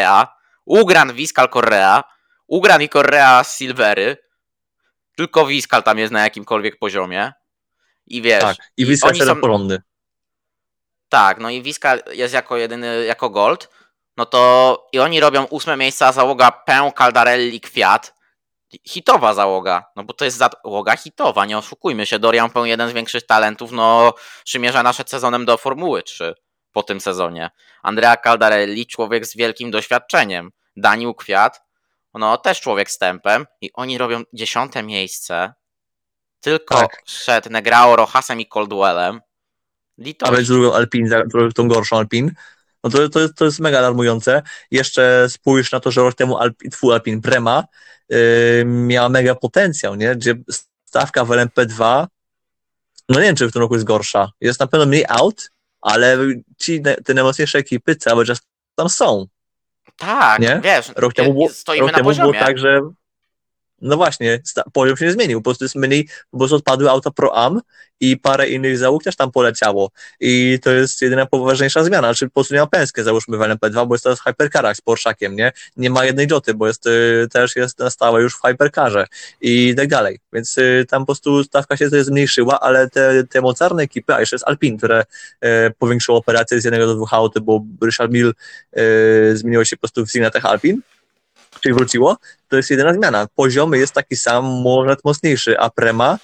Correa, Ugran i Correa z Silvery, tylko Viscal tam jest na jakimkolwiek poziomie. I wiesz... Tak, i Viscal jest porządny. Tak, no i Viscal jest jako jedyny, jako Gold, no to i oni robią 8. miejsce, a załoga Pę, Caldarelli, Kwiat. Hitowa załoga, no bo to jest załoga hitowa, nie oszukujmy się. Dorian Pę, jeden z większych talentów, no przymierza nasze sezonem do Formuły 3 po tym sezonie. Andrea Caldarelli, człowiek z wielkim doświadczeniem. Daniel Kwiat, no też człowiek z tempem i oni robią 10. miejsce tylko przed Negrao, Rochasem i Coldwellem. A więc drugą Alpine, tą gorszą Alpine. No to jest mega alarmujące. Jeszcze spójrz na to, że rok temu Alpine Prema miała mega potencjał, nie? Gdzie stawka w LMP2, no nie wiem, czy w tym roku jest gorsza. Jest na pewno mniej aut, ale te najmocniejsze ekipy cały czas tam są. Tak, nie? Wiesz, stoimy na poziomie. Było tak, że no właśnie, poziom się nie zmienił, po prostu jest mniej, po prostu odpadły auta Pro-Am i parę innych załóg też tam poleciało i to jest jedyna poważniejsza zmiana, znaczy po prostu nie ma Penske, załóżmy w LMP2, bo jest teraz w Hypercarach z Porszakiem, nie? Nie ma jednej Joty, bo też jest na stałe już w Hypercarze i tak dalej, więc tam po prostu stawka się zmniejszyła, ale te mocarne ekipy, a jeszcze jest Alpine, które powiększyło operację z 1 do 2 aut, bo Richard Mille zmieniło się po prostu w Signatech Alpine, czyli wróciło, to jest jedyna zmiana. Poziomy jest taki sam, może mocniejszy, a Prema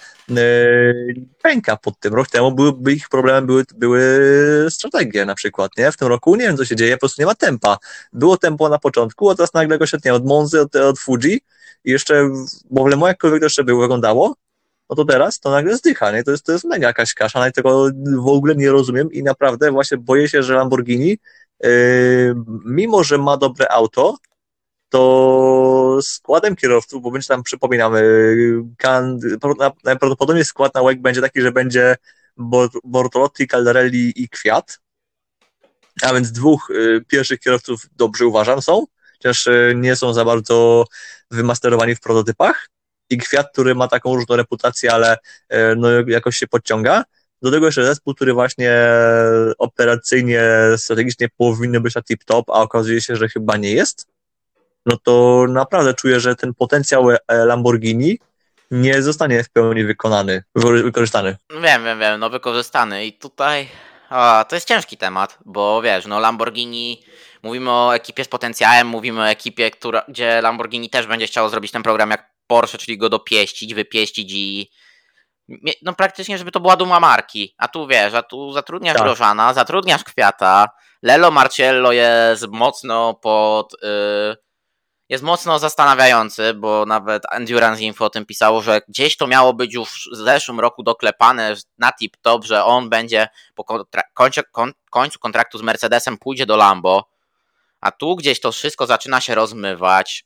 pęka pod tym. Rok temu ich problemem były strategie na przykład, nie? W tym roku nie wiem, co się dzieje, po prostu nie ma tempa. Było tempo na początku, a teraz nagle go świetnie od Monzy, od Fuji i jeszcze, bo w Le Mans jakkolwiek to jeszcze wyglądało, no to teraz to nagle zdycha, nie? To jest mega jakaś kasza, nawet tego w ogóle nie rozumiem i naprawdę właśnie boję się, że Lamborghini, mimo że ma dobre auto, to składem kierowców, bo będzie tam, przypominamy, najprawdopodobniej skład na WEC będzie taki, że będzie Bortolotti, Caldarelli i Kwiat, a więc 2 pierwszych kierowców dobrze uważam są, chociaż nie są za bardzo wymasterowani w prototypach i Kwiat, który ma taką różną reputację, ale no jakoś się podciąga. Do tego jeszcze zespół, który właśnie operacyjnie, strategicznie powinien być na tip-top, a okazuje się, że chyba nie jest. No to naprawdę czuję, że ten potencjał Lamborghini nie zostanie w pełni wykorzystany. Wiem, no wykorzystany i tutaj to jest ciężki temat, bo wiesz, no Lamborghini, mówimy o ekipie z potencjałem, mówimy o ekipie, gdzie Lamborghini też będzie chciało zrobić ten program jak Porsche, czyli go dopieścić, wypieścić i no praktycznie, żeby to była duma marki, a tu wiesz, zatrudniasz Grosjeana, zatrudniasz Kwiata, Lello Marcello jest mocno jest mocno zastanawiający, bo nawet Endurance Info o tym pisało, że gdzieś to miało być już w zeszłym roku doklepane na tip-top, że on będzie po końcu kontraktu z Mercedesem pójdzie do Lambo, a tu gdzieś to wszystko zaczyna się rozmywać.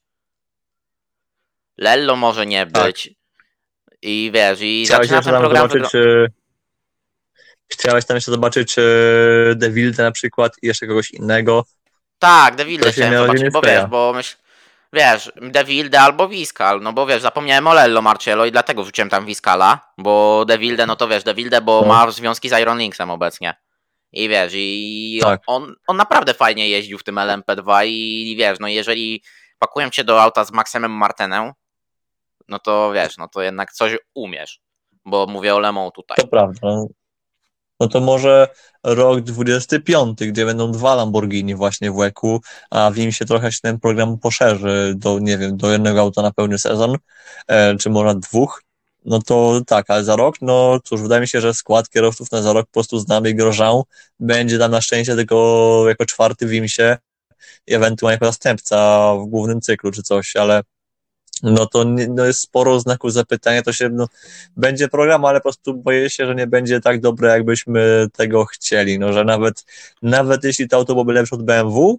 Lello może nie być. I wiesz, i zaczyna ten program Chciałeś tam jeszcze zobaczyć De Wilde na przykład i jeszcze kogoś innego. Tak, De Wilde chciałem zobaczyć, bo wiesz, De Wilde albo Viscal, no bo wiesz, zapomniałem o Lello Marcello i dlatego wrzuciłem tam Viscala, bo De Wilde, no to wiesz, De Wilde, bo ma związki z Iron Lynxem obecnie. I wiesz, on naprawdę fajnie jeździł w tym LMP2 i wiesz, no jeżeli pakują cię do auta z Maxem Martenem, no to wiesz, no to jednak coś umiesz, bo mówię o Le Mans tutaj. To prawda. No to może rok 25, gdzie będą 2 Lamborghini właśnie w łeku, a w nim się trochę się ten program poszerzy do, nie wiem, do jednego auta na pełny sezon, czy może 2. No to tak, ale za rok, no cóż, wydaje mi się, że skład kierowców na za rok po prostu znamy i Grosjean będzie tam na szczęście tylko jako 4. w IMSie i ewentualnie jako następca w głównym cyklu czy coś, ale no to no jest sporo znaków zapytania, to się będzie program, ale po prostu boję się, że nie będzie tak dobre, jakbyśmy tego chcieli, no że nawet jeśli to auto byłoby lepsze od BMW,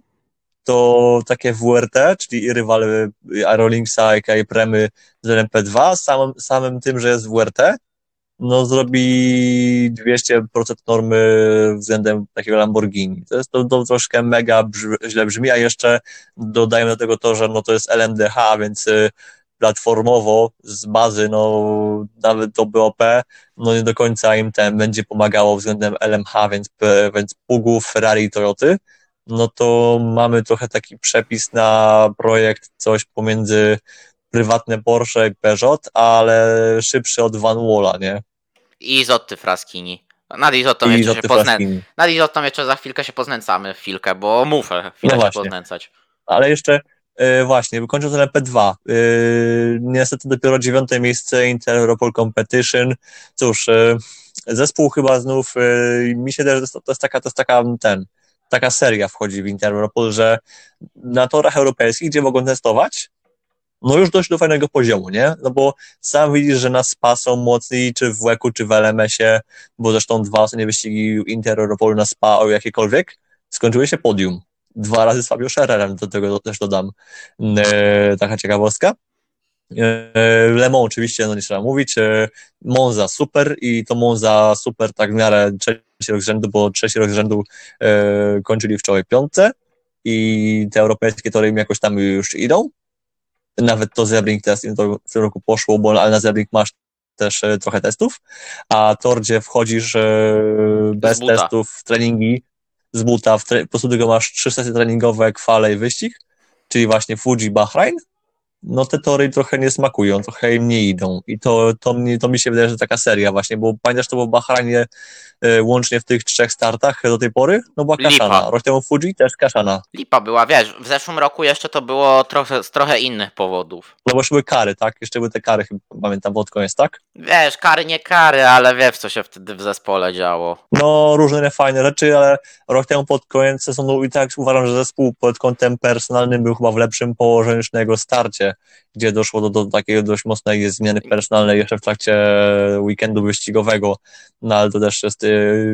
to takie WRT, czyli rywal Aerolinksa, aka Premy z LMP2, samym tym, że jest WRT, no zrobi 200% normy względem takiego Lamborghini. To troszkę mega źle brzmi, a jeszcze dodajmy do tego to, że no to jest LMDH, więc platformowo z bazy, no nawet to BOP, no nie do końca im będzie pomagało względem LMH, więc Pugów, Ferrari i Toyoty, no to mamy trochę taki przepis na projekt, coś pomiędzy prywatne Porsche i Peugeot, ale szybszy od Van Walla, nie? I Izotty Fraschini. Nad Izottą jeszcze za chwilkę się poznęcamy bo muszę chwilę się poznęcać. Ale jeszcze właśnie, kończąc LP2. Niestety dopiero 9. miejsce Inter Europol Competition. Cóż, zespół chyba znów, mi się wydaje, że to jest taka seria wchodzi w Inter Europol, że na torach europejskich, gdzie mogą testować, no już dość do fajnego poziomu, nie? No bo sam widzisz, że na SPA są mocni, czy w WEC-u, czy w LMS-ie, bo zresztą 2 ostatnie wyścigi Inter Europol na SPA o jakiekolwiek skończyły się podium. 2 razy z Fabio Scherrerem, do tego też dodam. Taka ciekawostka. Le Mans oczywiście, no nie trzeba mówić. Monza super i to Monza super tak w miarę 3. rok z rzędu, bo 3. rok z rzędu kończyli w czołowej 5. I te europejskie tory im jakoś tam już idą. Nawet to Sebring test im to w tym roku poszło, ale na Sebring masz też trochę testów, a tor, gdzie wchodzisz bez testów w treningi, z buta, po prostu tylko masz 3 sesje treningowe, kwale i wyścig, czyli właśnie Fuji, Bahrain, no te tory trochę nie smakują, trochę im nie idą i to mi się wydaje, że taka seria właśnie, bo pamiętasz, to było w Bahrainie łącznie w tych 3 startach do tej pory, no była kaszana, rok temu Fuji też kaszana. Lipa była, wiesz, w zeszłym roku jeszcze to było z trochę innych powodów. No bo jeszcze były kary, tak? Jeszcze były te kary, chyba pamiętam, pod koniec, tak? Wiesz, kary nie kary, ale wiesz, co się wtedy w zespole działo. No, różne niefajne rzeczy, ale rok temu pod koniec sezonu i tak uważam, że zespół pod kątem personalnym był chyba w lepszym położeniu niż na jego starcie, gdzie doszło do takiej dość mocnej zmiany personalnej jeszcze w trakcie weekendu wyścigowego, no ale to też jest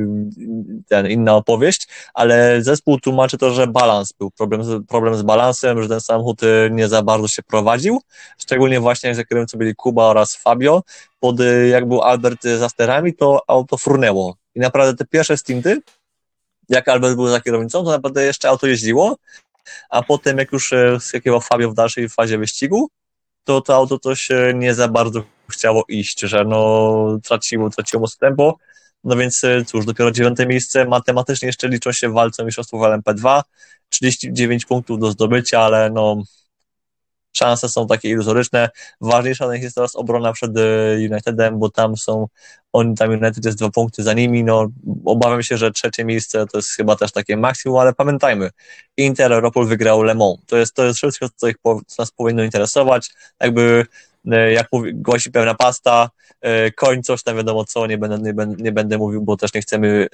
inna opowieść, ale zespół tłumaczy to, że balans był, problem z balansem, że ten samochód nie za bardzo się prowadził, szczególnie właśnie za kierowcą byli Kuba oraz Fabio, jak był Albert za sterami, to auto frunęło i naprawdę te pierwsze stinty, jak Albert był za kierownicą, to naprawdę jeszcze auto jeździło, a potem jak już skakiwał Fabio w dalszej fazie wyścigu, to auto to się nie za bardzo chciało iść, że no traciło mocno tempo, no więc cóż, dopiero 9. miejsce, matematycznie jeszcze liczą się walce o mistrzostwo w LMP2, 39 punktów do zdobycia, ale no szanse są takie iluzoryczne. Ważniejsza na nich jest teraz obrona przed Unitedem, bo tam United jest 2 punkty za nimi, no obawiam się, że 3. miejsce to jest chyba też takie maksimum, ale pamiętajmy, Inter Europol wygrał Le Mans. To jest wszystko, co nas powinno interesować, jakby jak głosi pewna pasta, koń coś tam wiadomo co, nie będę mówił, bo też nie chcemy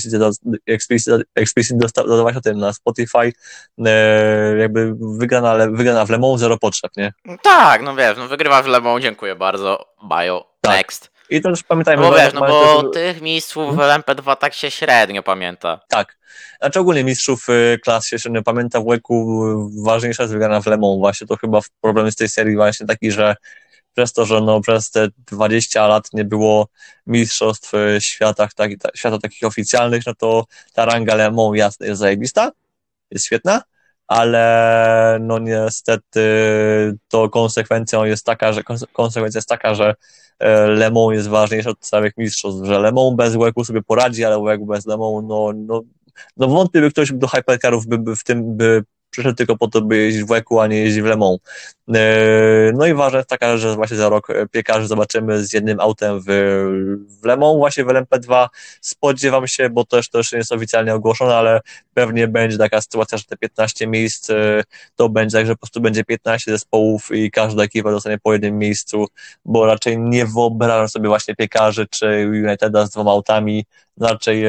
explicit dodawać o tym na Spotify, jakby wygrana w Le Mans, 0 potrzeb, nie? Tak, no wiesz, no wygrywa w Le Mans, dziękuję bardzo, bio, tak. Next. I to też pamiętajmy, no wiesz, no bo tych mistrzów w LMP2 tak się średnio pamięta. Tak, znaczy ogólnie mistrzów klas się średnio pamięta, w WEC-u ważniejsza jest wygrana w Le Mans, właśnie to chyba problem z tej serii właśnie taki, że przez to, że no przez te 20 lat nie było mistrzostw świata takich oficjalnych, no to ta ranga Le Mans jasne jest zajebista, jest świetna, ale no niestety to konsekwencja jest taka, że Le Mans jest ważniejsze od całych mistrzostw, że Le Mans bez WEC-u sobie poradzi, ale WEC bez Le Mans, no wątpię, by ktoś do hypercarów by przyszedł tylko po to, by jeździć w WEC-u, a nie jeździć w Le Mans. No i ważna jest taka, że właśnie za rok piekarzy zobaczymy z jednym autem w Le Mans, właśnie w LMP2. Spodziewam się, bo to jeszcze nie jest oficjalnie ogłoszone, ale pewnie będzie taka sytuacja, że te 15 miejsc to będzie tak, że po prostu będzie 15 zespołów i każda ekipa dostanie po jednym miejscu, bo raczej nie wyobrażam sobie właśnie piekarzy czy Uniteda z 2 autami, raczej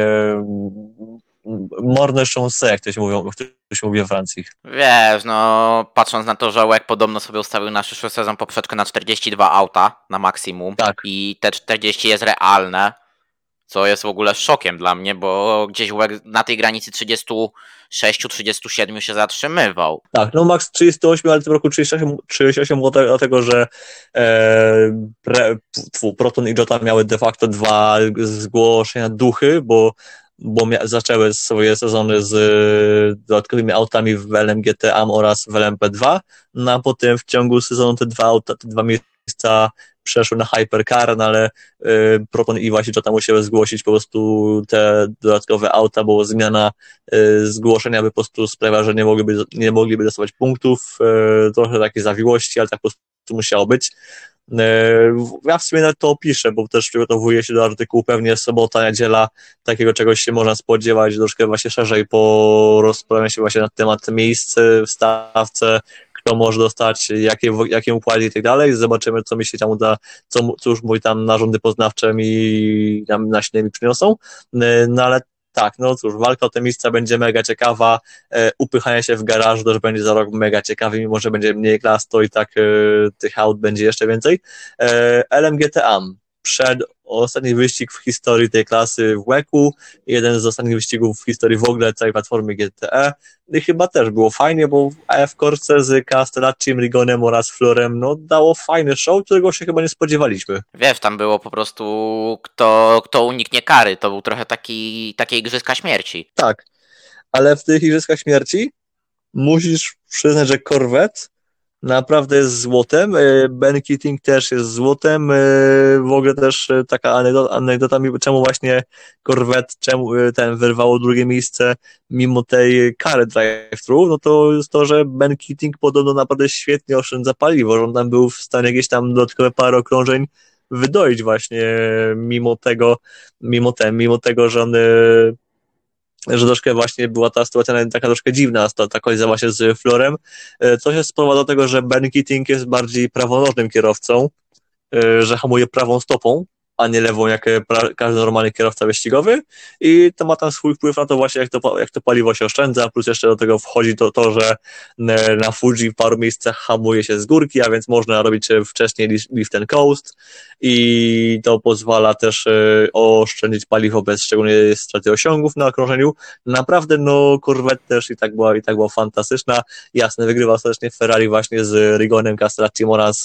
morne chance, jak to się mówi we Francji. Wiesz, no patrząc na to, że WEC podobno sobie ustawił na przyszły sezon poprzeczkę na 42 auta na maksimum Tak. i te 40 jest realne, co jest w ogóle szokiem dla mnie, bo gdzieś WEC na tej granicy 36-37 się zatrzymywał. Tak, no max 38, ale w tym roku 38 było dlatego, że Proton i Jota miały de facto 2 zgłoszenia duchy, bo zaczęły swoje sezony z dodatkowymi autami w LMGT AM oraz w LMP2, no a potem w ciągu sezonu te 2 miejsca przeszły na Hypercar, no ale Proton i właśnie Jota musiały zgłosić po prostu te dodatkowe auta, bo zmiana zgłoszenia by po prostu sprawia, że nie mogliby dostawać punktów, trochę takiej zawiłości, ale tak po prostu musiało być. Ja w sumie nawet to opiszę, bo też przygotowuję się do artykułu, pewnie sobota, niedziela, takiego czegoś się można spodziewać, troszkę właśnie szerzej porozprawiamy się właśnie na temat miejsc w stawce, kto może dostać, jakie układy i tak dalej, zobaczymy, co mi się tam uda, co już mój tam narządy poznawcze mi tam naśle mi przyniosą, no ale tak, no cóż, walka o te miejsca będzie mega ciekawa, upychanie się w garażu też będzie za rok mega ciekawy, mimo że będzie mniej klas, to i tak tych aut będzie jeszcze więcej. LMGT AM, ostatni wyścig w historii tej klasy w WEC-u, jeden z ostatnich wyścigów w historii w ogóle całej platformy GTE i chyba też było fajnie, bo AF Corse z Castellaccim, Rigonem oraz Florem no dało fajny show, którego się chyba nie spodziewaliśmy. Wiesz, tam było po prostu kto uniknie kary, to był trochę takie igrzyska śmierci. Tak, ale w tych igrzyskach śmierci musisz przyznać, że Corvette naprawdę jest złotem, Ben Keating też jest złotem, w ogóle też taka anegdota czemu właśnie Corvette, ten wyrwało drugie miejsce mimo tej kary drive-thru, no to jest to, że Ben Keating podobno naprawdę świetnie oszczędza paliwo, że on tam był w stanie jakieś tam dodatkowe parę okrążeń wydoić właśnie mimo tego, że troszkę właśnie była ta sytuacja taka troszkę dziwna, ta kolizja właśnie z Florem, co się sprowadza do tego, że Ben Keating jest bardziej prawonożnym kierowcą, że hamuje prawą stopą, a nie lewą jak każdy normalny kierowca wyścigowy i to ma tam swój wpływ na to właśnie, jak to paliwo się oszczędza, plus jeszcze do tego wchodzi to że na Fuji w paru miejscach hamuje się z górki, a więc można robić wcześniej lift and coast i to pozwala też oszczędzić paliwo bez szczególnie straty osiągów na okrążeniu. Naprawdę no Corvette też i tak była fantastyczna. Jasne, wygrywa serdecznie Ferrari właśnie z Rigonem, Castellaccim oraz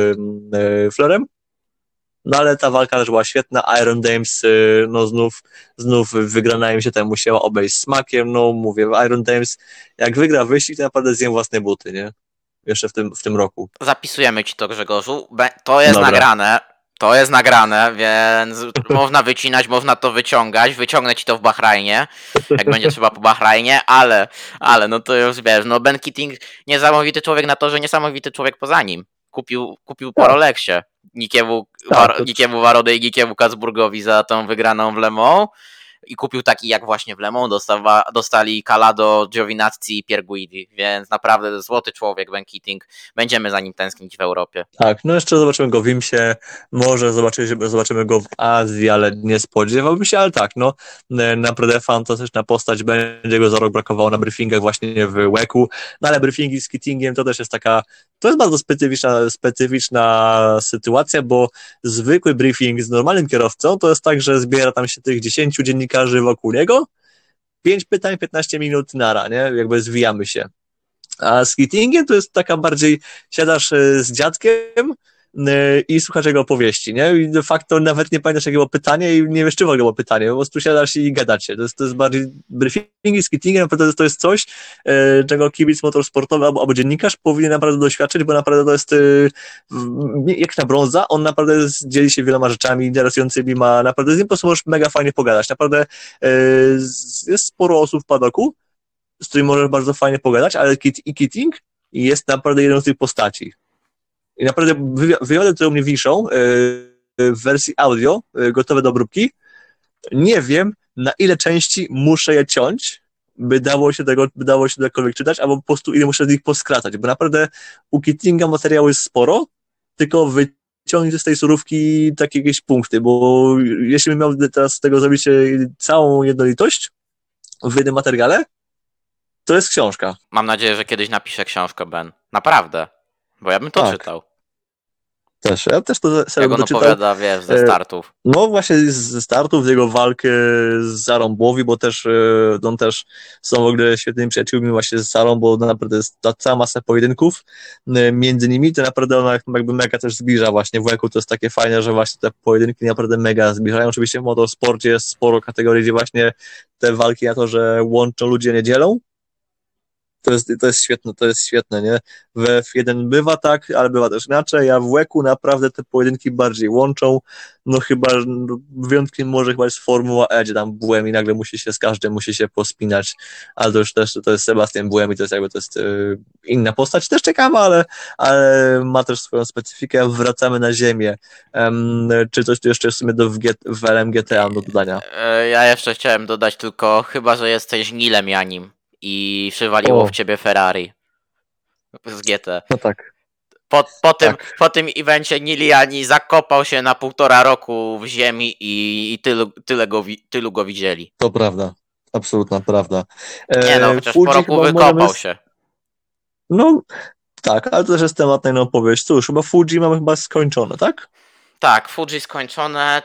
Florem. No ale ta walka też była świetna, Iron Dames, no znów wygrana im się tam musiała obejść smakiem, no mówię, Iron Dames, jak wygra wyścig, to naprawdę zjem własne buty, nie? Jeszcze w tym roku. Zapisujemy ci to, Grzegorzu, to jest nagrane, więc można wycinać, można to wyciągać, wyciągnę ci to w Bahrajnie, jak będzie trzeba po Bahrajnie, ale no to już wiesz, no Ben Keating, niesamowity człowiek na torze, niesamowity człowiek poza nim. Kupił po Rolexie Nikiemu Warody i Nikiemu Kacburgowi za tą wygraną w Le Mans i kupił taki jak właśnie w Le Mans dostali Calado, Giovinazzi i Pierguidi, więc naprawdę złoty człowiek Ben Keating, będziemy za nim tęsknić w Europie. Tak, no jeszcze zobaczymy go w IMSie, może zobaczymy go w Azji, ale nie spodziewałbym się, ale tak, no naprawdę fantastyczna postać, będzie go za rok brakowało na briefingach właśnie w WEC-u, no ale briefingi z Keatingiem to też jest to jest bardzo specyficzna sytuacja, bo zwykły briefing z normalnym kierowcą to jest tak, że zbiera tam się tych 10 dziennikarzy wokół niego, 5 pytań, 15 minut nara, nie? Jakby zwijamy się. A z Keatingiem to jest taka bardziej, siadasz z dziadkiem i słuchasz jego opowieści, nie? I de facto nawet nie pamiętasz jakiego pytania i nie wiesz, czego było pytanie, po prostu siadasz i gadacie. To jest bardziej briefingi z Keatingiem, naprawdę to jest coś, czego kibic motorsportowy albo dziennikarz powinien naprawdę doświadczyć, bo naprawdę to jest jak na brąza, on naprawdę dzieli się wieloma rzeczami interesującymi, naprawdę z nim po prostu możesz mega fajnie pogadać. Naprawdę jest sporo osób w padoku, z którym możesz bardzo fajnie pogadać, ale Keating jest naprawdę jedną z tych postaci. I naprawdę wywiady, które u mnie wiszą w wersji audio, gotowe do obróbki, nie wiem, na ile części muszę je ciąć, by dało się cokolwiek czytać, albo po prostu ile muszę z nich poskracać, bo naprawdę u Keatinga materiału jest sporo, tylko wyciągnąć z tej surówki takie jakieś punkty, bo jeśli bym miał teraz z tego zrobić całą jednolitość w jednym materiale, to jest książka. Mam nadzieję, że kiedyś napiszę książkę, Ben. Naprawdę. Bo ja bym to czytał. Ja też to serio bym doczytał. Jak on opowiada, wiesz, ze startów. No właśnie ze startów, z jego walkę z Sarą Bowie, bo też on też są w ogóle świetnymi przyjaciółmi właśnie z Sarą, bo naprawdę jest ta cała masa pojedynków między nimi, to naprawdę ona jakby mega też zbliża właśnie w WEC-u, to jest takie fajne, że właśnie te pojedynki naprawdę mega zbliżają. Oczywiście w motorsporcie jest sporo kategorii, gdzie właśnie te walki na to, że łączą ludzie, nie dzielą. To jest świetne, nie? W F1 bywa tak, ale bywa też inaczej, a w WEC-u naprawdę te pojedynki bardziej łączą, no chyba, wyjątkiem może chyba jest Formuła E, gdzie tam Buemi nagle z każdym musi się pospinać, ale to już też, to jest Sebastian Buemi, to jest inna postać, też ciekawa, ale ma też swoją specyfikę. Wracamy na ziemię. Czy coś tu jeszcze w sumie w LMGT do dodania? Ja jeszcze chciałem dodać tylko, chyba, że jesteś Nilem Janim i przywaliło w ciebie Ferrari z GT. No tak. Po tym evencie Niliani zakopał się na 1,5 roku w ziemi i tylu go widzieli. To prawda. Absolutna prawda. Nie no, chociaż Fuji po roku wykopał się. No tak, ale to też jest temat na inną opowieść. Cóż, chyba Fuji mamy chyba skończone, tak? Tak, Fuji skończone,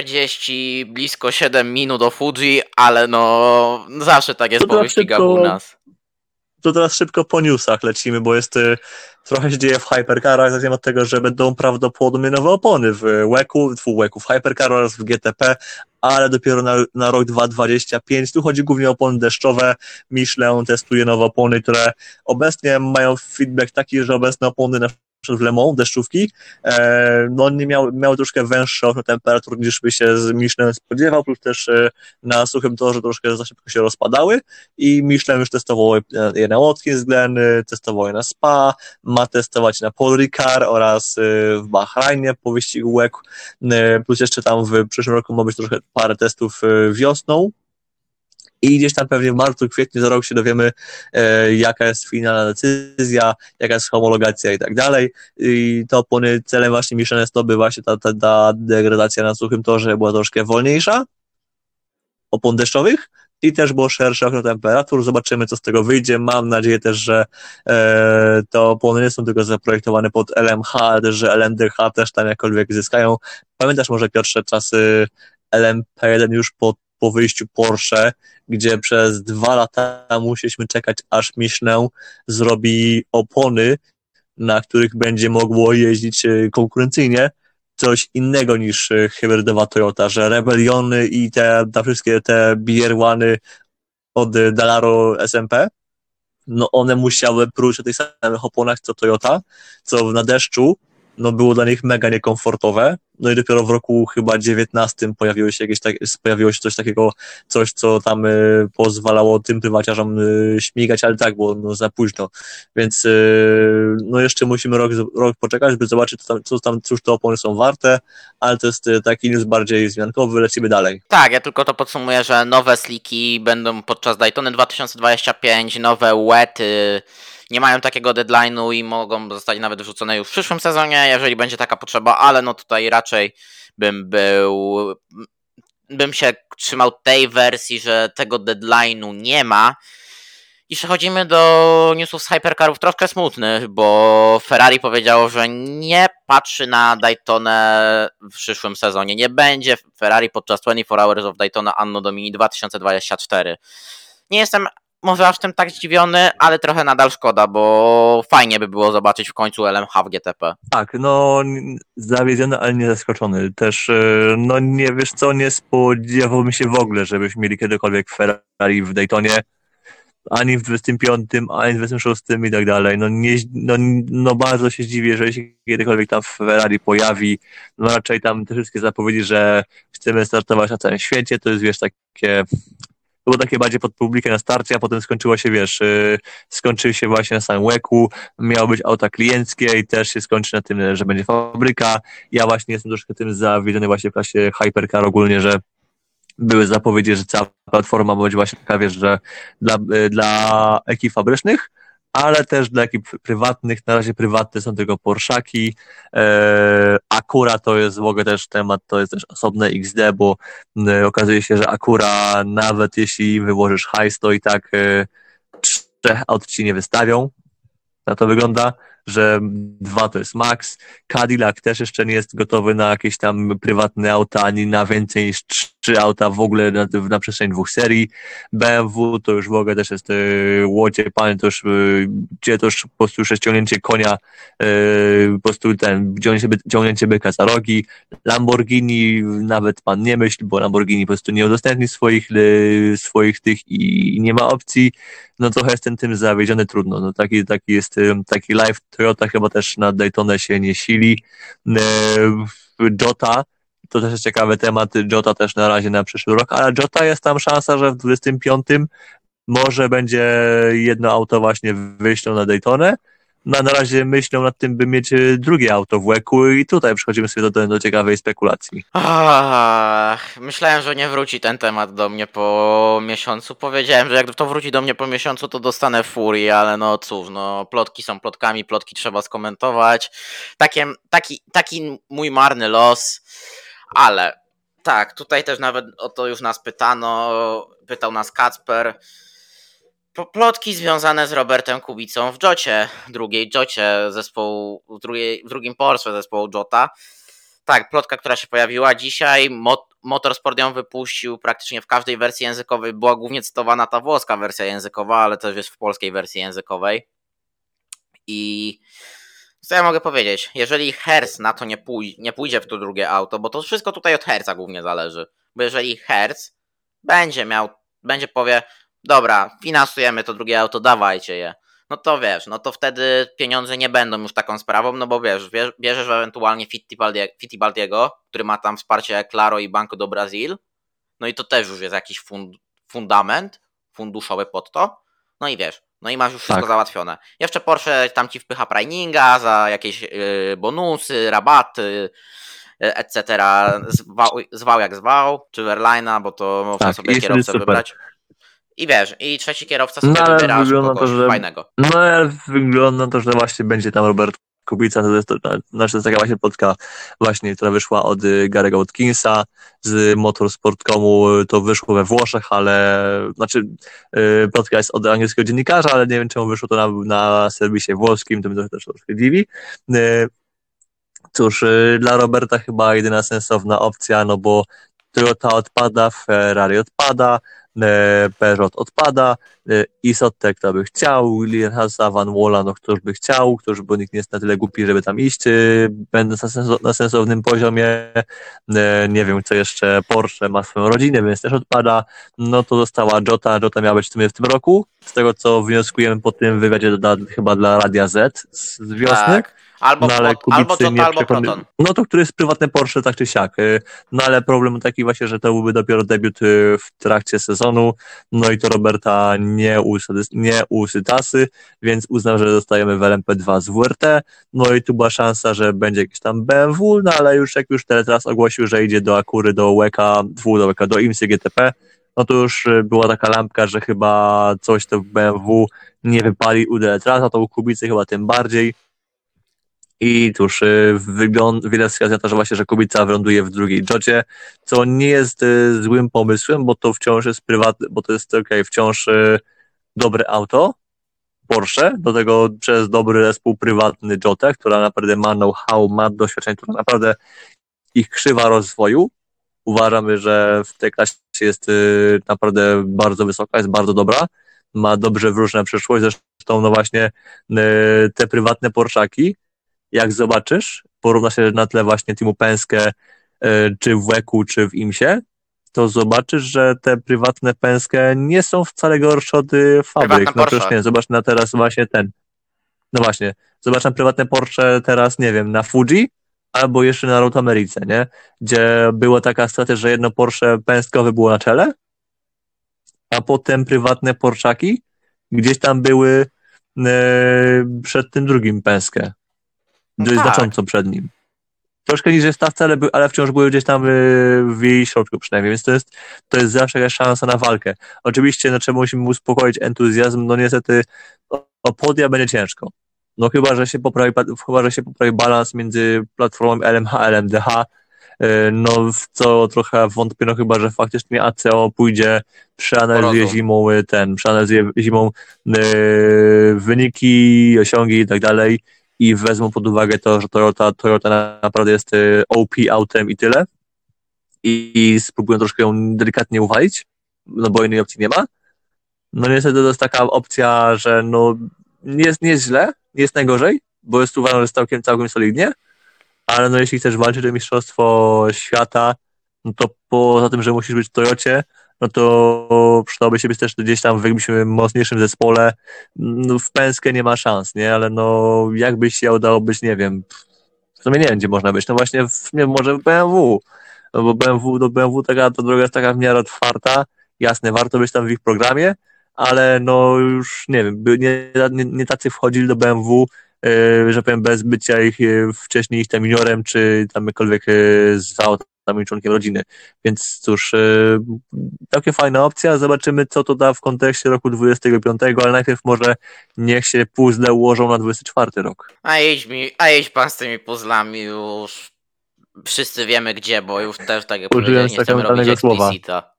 40, blisko 7 minut o Fuji, ale no zawsze tak jest po wyścigach u nas. To teraz szybko po newsach lecimy, bo trochę się dzieje w Hypercarach, zacznijmy od tego, że będą prawdopodobnie nowe opony w WEC-u, w Hypercar oraz w GTP, ale dopiero na rok 2025. Tu chodzi głównie o opony deszczowe. Michelin testuje nowe opony, które obecnie mają feedback taki, że obecne opony w Le Mans, deszczówki, no nie miały troszkę węższy okno temperatur niż by się z Michelin spodziewał, plus też na suchym torze troszkę za szybko się rozpadały i Michelin już testował je na Watkins Glen, testował je na Spa, ma testować na Paul Ricard oraz w Bahrajnie po wyścigu WEC, plus jeszcze tam w przyszłym roku ma być troszkę parę testów wiosną. I gdzieś tam pewnie w marcu, kwietniu za rok się dowiemy, jaka jest finalna decyzja, jaka jest homologacja i tak dalej. I to opony celem właśnie Michelin jest to, by właśnie ta degradacja na suchym torze była troszkę wolniejsza, opon deszczowych, i też było szersze okno temperatur. Zobaczymy, co z tego wyjdzie. Mam nadzieję też, że te opony nie są tylko zaprojektowane pod LMH, ale też, że LMDH też tam jakkolwiek zyskają. Pamiętasz może, Piotrze, czasy LMP1 już po wyjściu Porsche, gdzie przez 2 lata musieliśmy czekać, aż Michelin zrobi opony, na których będzie mogło jeździć konkurencyjnie, coś innego niż hybrydowa Toyota, że Rebelliony i te wszystkie te BR1 od Dallara SMP, no one musiały próć na tych samych oponach co Toyota, co na deszczu no było dla nich mega niekomfortowe, no i dopiero w roku chyba 19 pojawiło się coś takiego, coś co tam pozwalało tym prywaciarzom śmigać, ale tak było no, za późno, więc no jeszcze musimy rok poczekać, by zobaczyć cóż te opony są warte, ale to jest taki news bardziej wzmiankowy, lecimy dalej. Tak, ja tylko to podsumuję, że nowe sliki będą podczas Daytony 2025, nowe wety, nie mają takiego deadline'u i mogą zostać nawet wrzucone już w przyszłym sezonie, jeżeli będzie taka potrzeba, ale no tutaj raczej bym się trzymał tej wersji, że tego deadline'u nie ma. I przechodzimy do newsów z Hypercarów troszkę smutnych, bo Ferrari powiedziało, że nie patrzy na Daytonę w przyszłym sezonie. Nie będzie Ferrari podczas 24 Hours of Daytona Anno Domini 2024. Nie jestem może aż tym tak zdziwiony, ale trochę nadal szkoda, bo fajnie by było zobaczyć w końcu LMH w GTP. Tak, no zawiedziony, ale nie zaskoczony. Też, no nie wiesz co, nie spodziewałbym się w ogóle, żebyśmy mieli kiedykolwiek Ferrari w Daytonie, ani w 25, ani w 26 i tak dalej. No bardzo się dziwię, jeżeli się kiedykolwiek tam Ferrari pojawi. No raczej tam te wszystkie zapowiedzi, że chcemy startować na całym świecie, to jest wiesz takie było takie bardziej pod publikę na starcie, a potem skończyło się, skończył się właśnie na samym łeku, miało być auta klienckie i też się skończy na tym, że będzie fabryka. Ja właśnie jestem troszkę tym zawiedziony właśnie w klasie Hypercar ogólnie, że były zapowiedzi, że cała platforma będzie właśnie taka, że dla ekip fabrycznych, ale też dla ekip prywatnych. Na razie prywatne są tylko Porszaki. Acura to jest w ogóle też temat, to jest też osobne XD, bo okazuje się, że Acura nawet jeśli wyłożysz hajs, to i tak 3 aut ci nie wystawią. Na to wygląda, że 2 to jest max. Cadillac też jeszcze nie jest gotowy na jakieś tam prywatne auta, ani na więcej niż 3 auta w ogóle na przestrzeni 2 serii. BMW to już w ogóle też jest łodzie, panie, to już gdzie to już po prostu już jest ciągnięcie konia, po prostu ciągnięcie byka za rogi. Lamborghini nawet pan nie myśli, bo Lamborghini po prostu nie udostępni swoich tych i nie ma opcji. No trochę jestem tym zawiedziony, trudno. No taki jest taki live. Toyota chyba też na Daytonę się nie sili. Jota, to też jest ciekawy temat. Jota też na razie na przyszły rok, ale Jota jest tam szansa, że w 25 może będzie jedno auto właśnie wyślą na Daytonę. No, na razie myślą nad tym, by mieć drugie auto w łeku i tutaj przechodzimy sobie do ciekawej spekulacji. Myślałem, że nie wróci ten temat do mnie po miesiącu. Powiedziałem, że jak to wróci do mnie po miesiącu, to dostanę furii, ale no cóż, no plotki są plotkami, plotki trzeba skomentować. Taki mój marny los, ale tak, tutaj też nawet o to już nas pytał nas Kacper. Plotki związane z Robertem Kubicą w Jocie, w drugim Porsche zespołu Jota. Tak, plotka, która się pojawiła dzisiaj, Motorsport ją wypuścił praktycznie w każdej wersji językowej, była głównie cytowana ta włoska wersja językowa, ale też jest w polskiej wersji językowej. I co ja mogę powiedzieć, jeżeli Hertz na to nie pójdzie w to drugie auto, bo to wszystko tutaj od Hertza głównie zależy, bo jeżeli Hertz będzie powie, dobra, finansujemy to drugie auto, dawajcie je. No to wiesz, no to wtedy pieniądze nie będą już taką sprawą, no bo wiesz, bierzesz ewentualnie Fittibaldiego, który ma tam wsparcie Claro i Banco do Brasil, no i to też już jest jakiś fundament funduszowy pod to, no i wiesz, no i masz już wszystko załatwione. Jeszcze Porsche tam ci wpycha priminga za jakieś bonusy, rabaty, etc. Zwał jak zwał, czy Verline'a, bo to można sobie kierowcę wybrać. I wiesz, i trzeci kierowca sobie wybiera kogoś fajnego. No ale wygląda to, że właśnie będzie tam Robert Kubica, to jest taka właśnie plotka właśnie, która wyszła od Gary'ego Watkinsa z Motorsport.comu, to wyszło we Włoszech, ale plotka jest od angielskiego dziennikarza, ale nie wiem czemu wyszło to na serwisie włoskim, to mnie też troszkę dziwi. Cóż, dla Roberta chyba jedyna sensowna opcja, no bo Toyota odpada, Ferrari odpada, Peugeot odpada, Isotte, kto by chciał, Williamsa, Van Walla, no któż by chciał, bo nikt nie jest na tyle głupi, żeby tam iść, będąc na sensownym poziomie. Nie wiem, co jeszcze, Porsche ma swoją rodzinę, więc też odpada. No to została Jota miała być w tym roku, z tego co wnioskujemy po tym wywiadzie chyba dla Radia Z z wiosny. Tak. Albo Jota, albo Proton. No to który jest prywatny Porsche, tak czy siak. No ale problem taki właśnie, że to byłby dopiero debiut w trakcie sezonu, no i to Roberta nie usytasy, więc uznał, że dostajemy w LMP2 z WRT, no i tu była szansa, że będzie jakieś tam BMW, no ale jak już teraz ogłosił, że idzie do Akury, do łeka, do IMSY GTP, no to już była taka lampka, że chyba coś to w BMW nie wypali u Deletrasa, to u Kubicy chyba tym bardziej. I cóż, wiele wskazuje na to, że właśnie, że Kubica wyląduje w drugiej Jocie, co nie jest złym pomysłem, bo to wciąż jest prywatne, bo to jest wciąż dobre auto, Porsche, do tego przez dobry zespół prywatny Jotę, która naprawdę ma know-how, ma doświadczenie, która naprawdę ich krzywa rozwoju. Uważamy, że w tej klasie jest naprawdę bardzo wysoka, jest bardzo dobra, ma dobrze wróżna przyszłość, zresztą no właśnie te prywatne Porszaki, jak zobaczysz, porówna się na tle właśnie Timu Penske, czy w WEC-u, czy w IMSie, to zobaczysz, że te prywatne Penske nie są wcale gorsze od fabryk. No przecież nie, zobacz na teraz właśnie no właśnie, zobacz na prywatne Porsche teraz, nie wiem, na Fuji, albo jeszcze na Road Americe, nie? Gdzie była taka sytuacja, że jedno Porsche Penskowe było na czele, a potem prywatne Porszaki gdzieś tam były przed tym drugim Penske. No Dość tak. znacząco przed nim. Troszkę niżej w stawce, ale wciąż były gdzieś tam w jej środku przynajmniej, więc to jest zawsze jakaś szansa na walkę. Oczywiście, no trzeba musimy uspokoić entuzjazm, no niestety o podia będzie ciężko. No chyba, że się poprawi balans między platformą LMH a LMDH, no w co trochę wątpię, no chyba, że faktycznie ACO pójdzie, przeanalizuje Porozum. zimą wyniki, osiągi i tak dalej i wezmą pod uwagę to, że Toyota naprawdę jest OP autem i tyle i spróbują troszkę ją delikatnie uwalić, no bo innej opcji nie ma. No niestety to jest taka opcja, że no nie jest źle, nie jest najgorzej, bo uważam, że jest całkiem solidnie, ale no jeśli chcesz walczyć o mistrzostwo świata, no to poza tym, że musisz być w Toyocie, no to przydałoby się być też gdzieś tam w jakimś mocniejszym zespole. No, w Penske nie ma szans, nie? Ale no jakbyś się udało być, nie wiem, w sumie nie wiem, gdzie można być. No właśnie może w BMW. No bo do BMW ta droga jest taka w miarę otwarta. Jasne, warto być tam w ich programie, ale no już nie wiem, nie tacy wchodzili do BMW, że powiem, bez bycia ich wcześniej ich tam juniorem, czy tam jakkolwiek zwał tam członkiem rodziny. Więc cóż, takie fajna opcja. Zobaczymy, co to da w kontekście roku 25, ale najpierw może niech się puzzle ułożą na 24 rok. A idź pan z tymi puzzlami już. Wszyscy wiemy gdzie, bo już też, tak jak Użyłem powiedziałem, nie chcemy robić sakramentalnego słowa. explicita.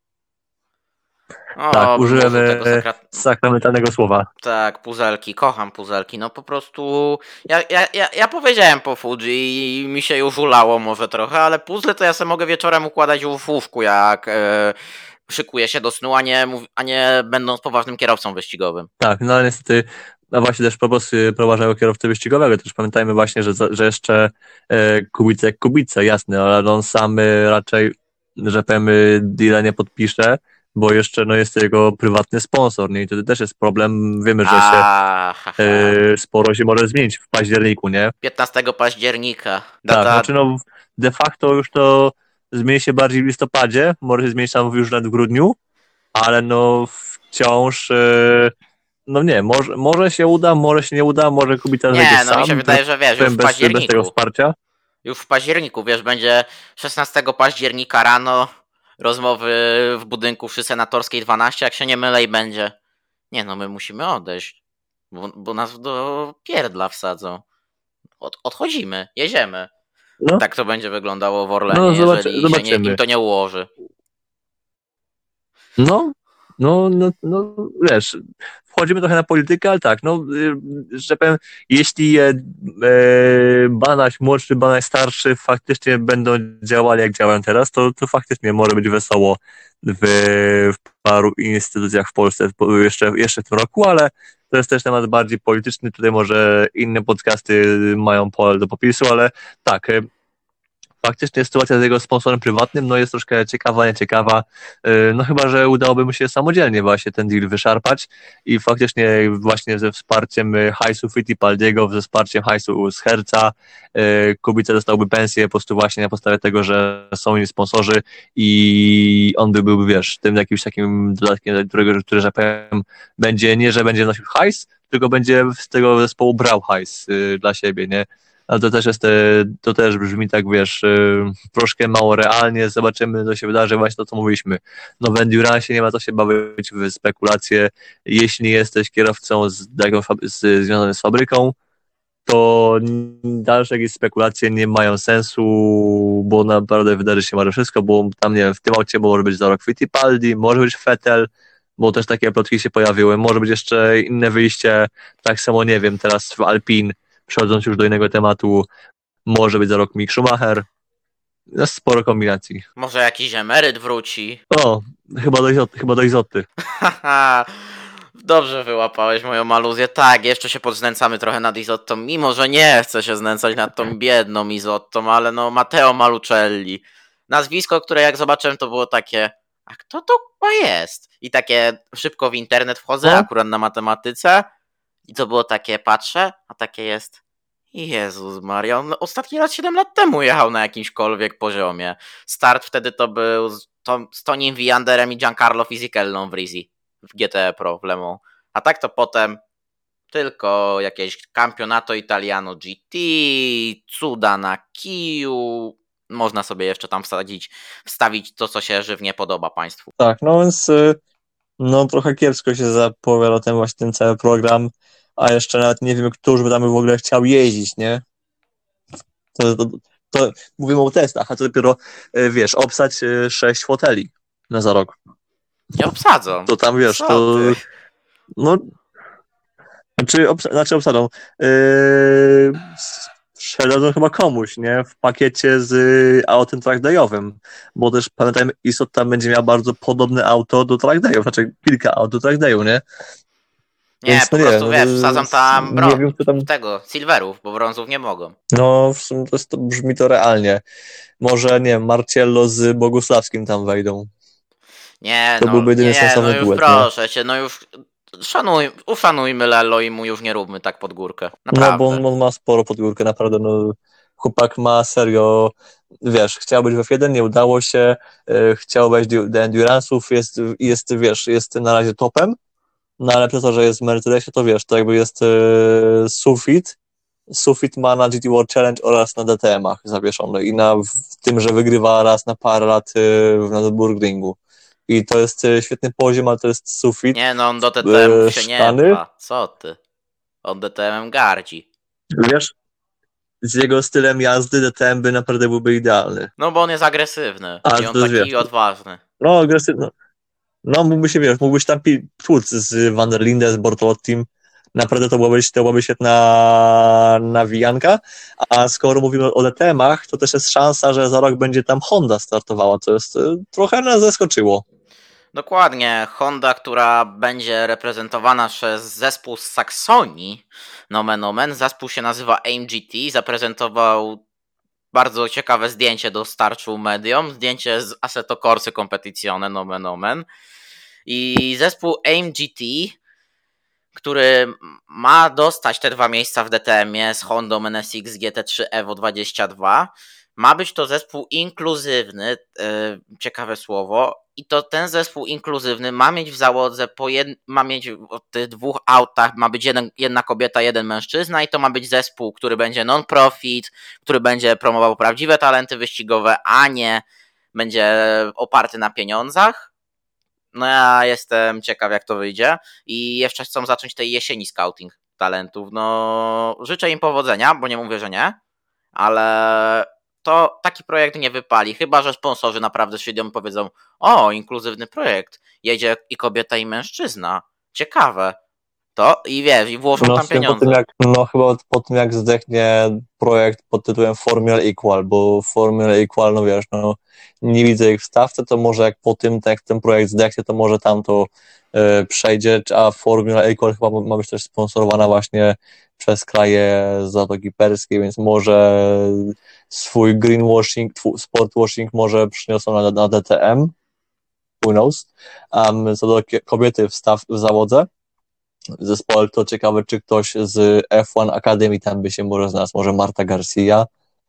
Tak, O, bym użyłem użył tego sakramentalnego słowa. Tak, puzelki, kocham puzelki. No po prostu. Ja powiedziałem po Fuji i mi się już ulało może trochę, ale puzzle to ja sobie mogę wieczorem układać już w łóżku, jak szykuję się do snu, a nie będąc poważnym kierowcą wyścigowym. Tak, no ale niestety, no właśnie też propos prowadzonego kierowcy wyścigowego, też pamiętajmy właśnie, że jeszcze Kubica jak Kubica, jasne, ale on sam raczej, że powiem, deala nie podpisze, bo jeszcze no, jest jego prywatny sponsor, nie? I to też jest problem, wiemy, że się Haha. sporo się może zmienić w październiku, nie? 15 października. Tak, znaczy no de facto już to zmieni się bardziej w listopadzie, może się zmienić tam już nawet w grudniu, ale no wciąż no nie, może się uda, może się nie uda, może Kubica zejdzie Nie, no sam, mi się wydaje, że wiesz, już w bez tego październiku. wsparcia. Już w październiku, wiesz, będzie 16 października rano rozmowy w budynku przy Senatorskiej 12, jak się nie mylę i będzie. Nie no, my musimy odejść, bo nas do pierdla wsadzą. Odchodzimy, jedziemy. No, Tak to będzie wyglądało w Orlenie, no jeżeli zobaczymy. im to nie ułoży. No, wiesz, wchodzimy trochę na politykę, ale tak, no, że powiem, jeśli Banaś młodszy, Banaś starszy faktycznie będą działali jak działają teraz, to faktycznie może być wesoło w paru instytucjach w Polsce jeszcze w tym roku, ale to jest też temat bardziej polityczny, tutaj może inne podcasty mają pole do popisu, ale tak, faktycznie sytuacja z jego sponsorem prywatnym no jest troszkę ciekawa, nieciekawa. No chyba, że udałoby mu się samodzielnie właśnie ten deal wyszarpać i faktycznie właśnie ze wsparciem hajsu Fittipaldiego, ze wsparciem hajsu z Herca Kubica dostałby pensję po prostu właśnie na podstawie tego, że są inni sponsorzy i on byłby, wiesz, tym jakimś takim dodatkiem, który że powiem, będzie nie, że będzie nosił hajs, tylko będzie z tego zespołu brał hajs dla siebie, nie? Ale to też to też brzmi tak, wiesz, troszkę mało realnie, zobaczymy, co się wydarzy, właśnie to, co mówiliśmy. No w Endurance nie ma co się bawić w spekulacje, jeśli jesteś kierowcą związanym z fabryką, to dalsze jakieś spekulacje nie mają sensu, bo naprawdę wydarzy się może wszystko, bo tam, nie wiem, w tym aucie może być za rok Fittipaldi, może być Vettel, bo też takie plotki się pojawiły, może być jeszcze inne wyjście, tak samo, nie wiem, teraz w Alpine, przechodząc już do innego tematu, może być za rok Mick Schumacher. Jest sporo kombinacji. Może jakiś emeryt wróci. O, chyba do Izoty. Haha. Dobrze wyłapałeś moją aluzję. Tak, jeszcze się podznęcamy trochę nad Izottą, mimo że nie chcę się znęcać nad tą biedną Izottą, ale no Matteo Malucelli. Nazwisko, które jak zobaczyłem, to było takie, a kto to chyba jest? I takie szybko w internet wchodzę, No. akurat na matematyce, i to było takie, patrzę, a takie jest Jezus Maria, on ostatni raz 7 lat temu jechał na jakimśkolwiek poziomie. Start wtedy to był z Tonim Vianderem i Giancarlo Fisichellą w Risi w GTE Pro w Le Mans. A tak to potem tylko jakieś Campionato Italiano GT, cuda na kiju. Można sobie jeszcze tam wstawić to, co się żywnie podoba państwu. Tak, no więc no trochę kiepsko się zapowiada ten cały program, a jeszcze nawet nie wiem, któż by tam w ogóle chciał jeździć, nie? To mówimy o testach, a to dopiero, wiesz, obsać 6 foteli za rok. Nie obsadzą. To tam, wiesz, to... No... Znaczy obsadzą. Sprzedadzą chyba komuś, nie? W pakiecie z autem trackdayowym. Bo też pamiętajmy, Isot tam będzie miał bardzo podobne auto do trackdayu, znaczy kilka aut do trackdayu, nie? Nie, Więc, po prostu wiesz, wsadzam tam nie wiem, tam... tego, silverów, bo brązów nie mogą. No, w sumie to brzmi to realnie. Może, nie wiem, Marcello z Bogusławskim tam wejdą. Nie, to byłby jedyny sensowny już duet, proszę cię, no już uszanujmy Lello i mu już nie róbmy tak pod górkę. Naprawdę. No, bo on ma sporo pod górkę, naprawdę, no. Chłopak ma serio, wiesz, chciał być w F1, nie udało się, chciał wejść do Endurance'ów, jest na razie topem, no ale przez to, że jest w Mercedesie, to wiesz, to jakby jest Sufit ma na GT World Challenge oraz na DTM-ach zawieszony i w tym, że wygrywa raz na parę lat na Nürburgringu. I to jest świetny poziom, ale to jest Sufit. Nie, no on do DTM-ów się nie pcha. Co ty? On DTM-em gardzi. Wiesz, z jego stylem jazdy DTM naprawdę byłby idealny. No bo on jest agresywny i on taki odważny. No, agresywny. No, mógłbyś tam tłuc z Van der Linde, z Bortolottim. Naprawdę to byłaby świetna nawijanka, a skoro mówimy o DTM-ach, to też jest szansa, że za rok będzie tam Honda startowała, co jest trochę nas zaskoczyło. Dokładnie, Honda, która będzie reprezentowana przez zespół z Saksonii, nomen omen, zespół się nazywa AIM-GT, zaprezentował bardzo ciekawe zdjęcie dostarczył mediom, zdjęcie z Assetto Corsy Competizione, nomen omen, i zespół AIM-GT, który ma dostać te 2 miejsca w DTM-ie z Hondą NSX GT3 Evo 22, ma być to zespół inkluzywny, ciekawe słowo, i to ten zespół inkluzywny ma mieć w załodze, ma mieć w tych 2 autach, ma być jedna kobieta, 1 mężczyzna i to ma być zespół, który będzie non-profit, który będzie promował prawdziwe talenty wyścigowe, a nie będzie oparty na pieniądzach. No ja jestem ciekaw, jak to wyjdzie i jeszcze chcą zacząć tej jesieni scouting talentów. No życzę im powodzenia, bo nie mówię, że nie, ale to taki projekt nie wypali, chyba że sponsorzy naprawdę przyjdą i powiedzą: o, inkluzywny projekt, jedzie i kobieta i mężczyzna, ciekawe. To i wiesz, i włożą tam pieniądze. Chyba po tym jak zdechnie projekt pod tytułem Formula Equal, bo Formula Equal, no wiesz, no nie widzę ich w stawce, to może jak po tym, jak ten projekt zdechnie, to może tam to przejdzie, a Formula Equal chyba ma być też sponsorowana właśnie przez kraje Zatoki Perskiej, więc może swój greenwashing, sportwashing może przyniosą na DTM, who knows. Co do kobiety w załodze, w zespole, to ciekawe, czy ktoś z F1 Academy tam by się może znalazł, może Marta Garcia,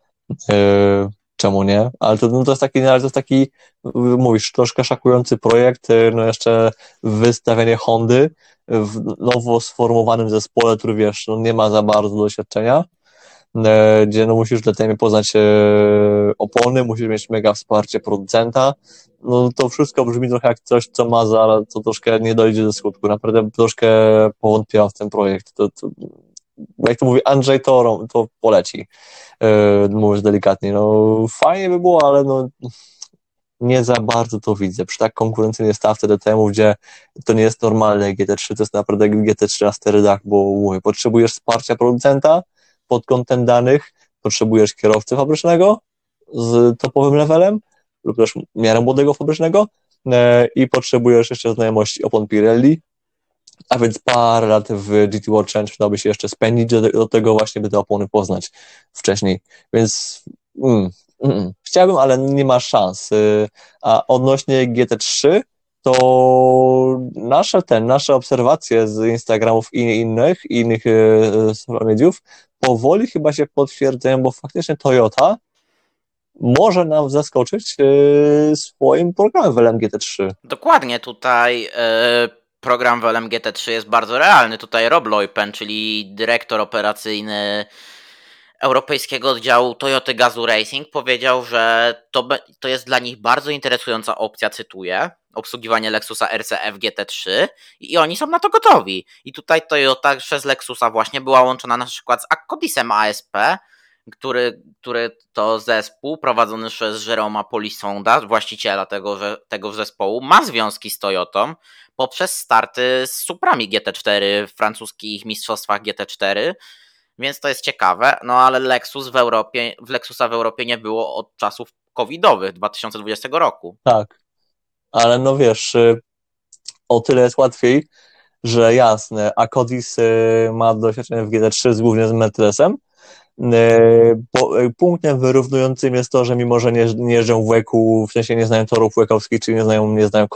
czemu nie, ale to jest taki, mówisz, troszkę szakujący projekt, no jeszcze wystawienie Hondy w nowo sformowanym zespole, który wiesz, no nie ma za bardzo doświadczenia, gdzie no musisz dla tego poznać opony, musisz mieć mega wsparcie producenta, no to wszystko brzmi trochę jak coś, co troszkę nie dojdzie do skutku. Naprawdę troszkę powątpiłam w ten projekt. To, jak to mówi Andrzej, to poleci. Mówiąc delikatnie. No fajnie by było, ale no nie za bardzo to widzę. Przy tak konkurencyjnej stawce DTM-u, gdzie to nie jest normalne GT3, to jest naprawdę GT3 na sterydach, bo mówię, potrzebujesz wsparcia producenta pod kątem danych, potrzebujesz kierowcy fabrycznego z topowym levelem, lub też w miarę młodego fabrycznego i potrzebujesz jeszcze znajomości opon Pirelli, a więc parę lat w GT World Challenge przydałoby się jeszcze spędzić do tego właśnie, by te opony poznać wcześniej, więc chciałbym, ale nie ma szans. A odnośnie GT3, to nasze obserwacje z Instagramów i innych social mediów powoli chyba się potwierdzają, bo faktycznie Toyota może nam zaskoczyć swoim programem w LMGT3. Dokładnie, tutaj program w LMGT3 jest bardzo realny. Tutaj Rob Leupen, czyli dyrektor operacyjny europejskiego oddziału Toyoty Gazoo Racing, powiedział, że to jest dla nich bardzo interesująca opcja, cytuję, obsługiwanie Lexusa RCF GT3 i oni są na to gotowi. I tutaj Toyota przez Lexusa właśnie była łączona na przykład z Accodisem ASP, który to zespół prowadzony przez Jeroma Polisonda, właściciela tego zespołu, ma związki z Toyotą poprzez starty z Suprami GT4 w francuskich mistrzostwach GT4, więc to jest ciekawe, no ale Lexusa w Europie nie było od czasów covidowych 2020 roku. Tak, ale no wiesz, o tyle jest łatwiej, że jasne, Accodis ma doświadczenie w GT3 głównie z Mercedesem. Punktem wyrównującym jest to, że mimo, że nie jeżdżą w łeku, w sensie nie znają torów łekowskich, czyli nie znają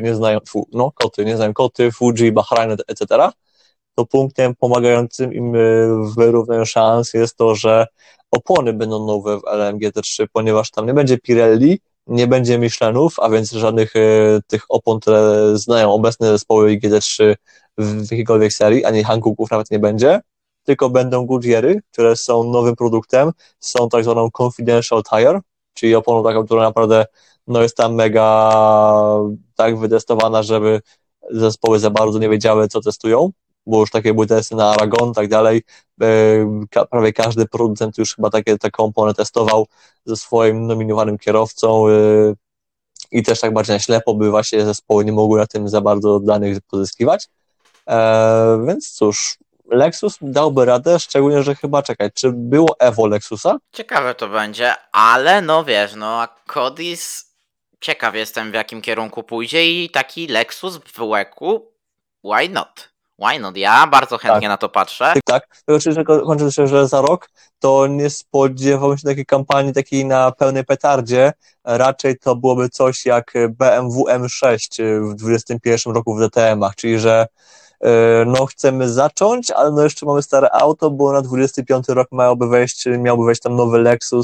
koty, Fuji, Bahrain, etc., to punktem pomagającym im w wyrównaniu szans jest to, że opony będą nowe w LMGT3, ponieważ tam nie będzie Pirelli, nie będzie Michelinów, a więc żadnych tych opon, które znają obecne zespoły GT3 w jakiejkolwiek serii, ani Hankooków nawet nie będzie, tylko będą Goodyeary, które są nowym produktem, są tak zwaną confidential tire, czyli oponą taką, która naprawdę jest tam mega tak wytestowana, żeby zespoły za bardzo nie wiedziały, co testują, bo już takie były testy na Aragon i tak dalej. Prawie każdy producent już chyba taką oponę testował ze swoim nominowanym kierowcą i też tak bardziej na ślepo, by właśnie zespoły nie mogły na tym za bardzo danych pozyskiwać. Więc cóż, Lexus dałby radę, szczególnie, że chyba, czy było Evo Lexusa? Ciekawe to będzie, ale no wiesz, Accodis, ciekaw jestem w jakim kierunku pójdzie i taki Lexus w łeku, why not? Why not? Ja bardzo chętnie na to patrzę. Tak, oczywiście kończy się, że za rok to nie spodziewam się takiej kampanii takiej na pełnej petardzie, raczej to byłoby coś jak BMW M6 w 2021 roku w DTM-ach, czyli że chcemy zacząć, ale jeszcze mamy stare auto, bo na 25 rok miałby wejść tam nowy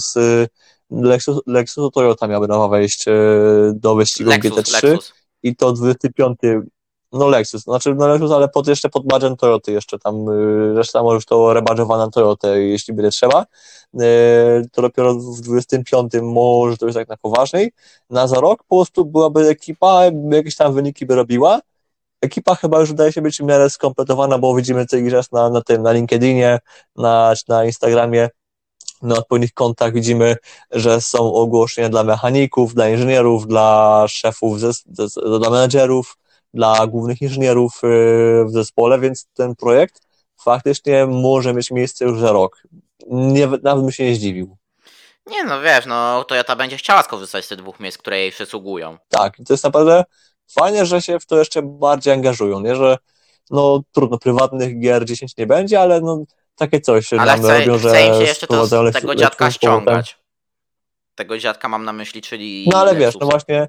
Lexus Toyota miałby nowa wejść do wyścigu GT3 Lexus. I to 25 Lexus, ale jeszcze pod badżem Toyoty jeszcze tam, reszta może już to rebadżowana Toyotę, jeśli będzie trzeba, to dopiero w 25 może to być tak na poważniej, za rok po prostu byłaby ekipa, jakieś tam wyniki by robiła. Ekipa chyba już wydaje się być w miarę skompletowana, bo widzimy co jakiś czas na LinkedInie, na Instagramie, na odpowiednich kontach widzimy, że są ogłoszenia dla mechaników, dla inżynierów, dla szefów, dla menedżerów, dla głównych inżynierów w zespole, więc ten projekt faktycznie może mieć miejsce już za rok. Nawet bym się nie zdziwił. Nie wiesz, Toyota będzie chciała skorzystać z tych 2 miejsc, które jej przysługują. Tak, to jest naprawdę fajnie, że się w to jeszcze bardziej angażują, nie, że trudno, prywatnych gier 10 nie będzie, ale takie coś ale nam robią, że chce im się jeszcze tego dziadka ściągać. Tego dziadka mam na myśli, czyli ale wiesz, właśnie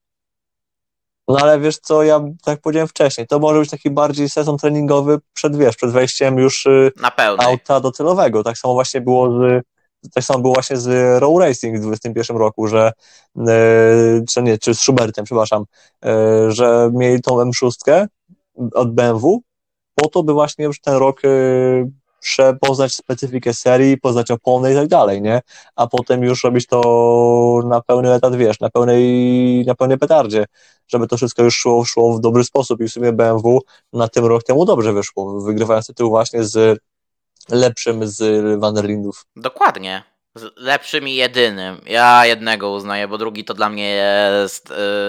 ale wiesz co, ja tak powiedziałem wcześniej, to może być taki bardziej sezon treningowy przed wejściem już na pełnej auta docelowego. Tak samo było właśnie z Row Racing w 2021 roku, że czy z Schubertem, przepraszam, że mieli tą M6 od BMW po to, by właśnie już ten rok poznać specyfikę serii, poznać opony i tak dalej, nie? A potem już robić to na pełny etat, wiesz, na pełnej petardzie, żeby to wszystko już szło w dobry sposób i w sumie BMW na tym rok temu dobrze wyszło, wygrywając tytuł właśnie z lepszym z Vanderlindów. Dokładnie. Z lepszym i jedynym. Ja jednego uznaję, bo drugi to dla mnie jest...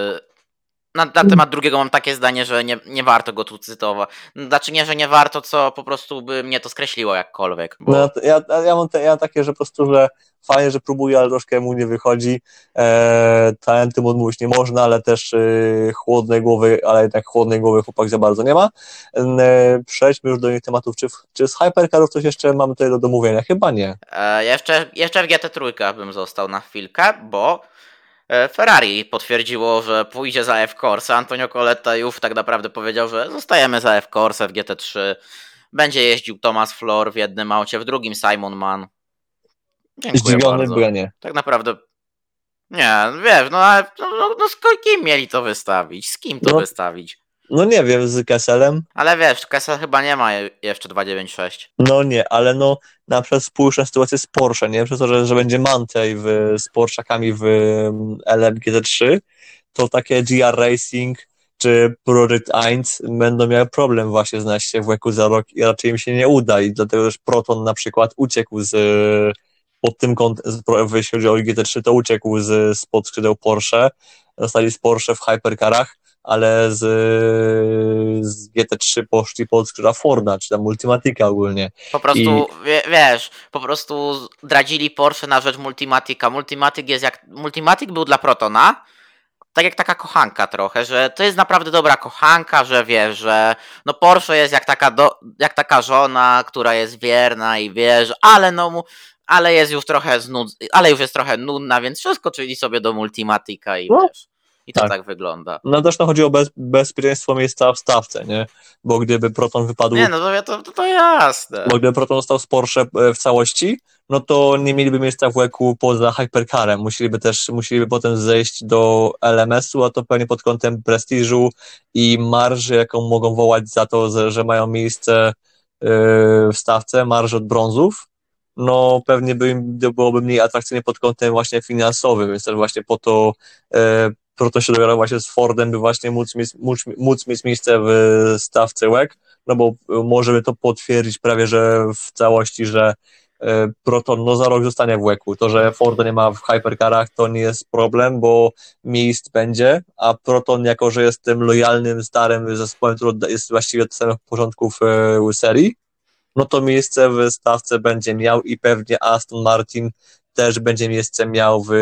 Na temat drugiego mam takie zdanie, że nie warto go tu cytować. Znaczy nie, że nie warto, co po prostu by mnie to skreśliło jakkolwiek. Bo... Ja takie, że po prostu, że fajnie, że próbuje, ale troszkę mu nie wychodzi. Talenty mu odmówić nie można, ale też chłodnej głowy chłopak za bardzo nie ma. Przejdźmy już do innych tematów. Czy z Hypercarów coś jeszcze mamy tutaj do mówienia? Chyba nie. Jeszcze w GT3 bym został na chwilkę, bo Ferrari potwierdziło, że pójdzie za F-Corsa. Antonio Coletta już tak naprawdę powiedział, że zostajemy za F-Corsa w GT3. Będzie jeździł Thomas Flor w jednym aucie, w drugim Simon Mann. Dziękuję Zdziwiony, bardzo. bo ja nie. Tak naprawdę nie, wiesz, no z kim mieli to wystawić? Z kim to wystawić? No nie wiem, z Kesselem. Ale wiesz, Kessel chyba nie ma jeszcze 296. No nie, ale no na przykład spójrz na sytuację z Porsche, nie? Przez to, że będzie Mantej z Porszakami w LMGT3, to takie GR Racing czy Project 1 będą miały problem właśnie znaleźć się w łeku za rok i raczej im się nie uda i dlatego też Proton na przykład uciekł pod tym kątem, jeśli chodzi o GT3, to uciekł spod skrzydeł Porsche, zostali z Porsche w hypercarach, ale z GT3 poszli pod skrzydła Forda, czy tam Multimatica ogólnie. Po prostu, wiesz, po prostu zdradzili Porsche na rzecz Multimatica. Multimatic był dla Protona, tak jak taka kochanka trochę, że to jest naprawdę dobra kochanka, że wiesz, że no Porsche jest jak taka żona, która jest wierna i wiesz, ale jest już trochę nudna, więc wszystko czyli sobie do Multimatica i wiesz. I to tak wygląda. No też chodzi o bezpieczeństwo miejsca w stawce, nie? Bo gdyby Proton wypadł... Nie, no to jasne. Bo gdyby Proton został z Porsche w całości, no to nie mieliby miejsca w łeku poza Hypercarem. Musieliby potem zejść do LMS-u, a to pewnie pod kątem prestiżu i marży, jaką mogą wołać za to, że mają miejsce w stawce, marży od brązów, no pewnie byłoby mniej atrakcyjnie pod kątem właśnie finansowym, więc też właśnie po to Proton się dogadał właśnie z Fordem, by właśnie móc mieć miejsce w stawce łek, no bo możemy to potwierdzić prawie, że w całości, że Proton no za rok zostanie w łeku. To, że Forda nie ma w hypercarach, to nie jest problem, bo miejsc będzie, a Proton, jako że jest tym lojalnym, starym zespołem, który jest właściwie od samych początków serii, no to miejsce w stawce będzie miał i pewnie Aston Martin też będzie miejsce miał w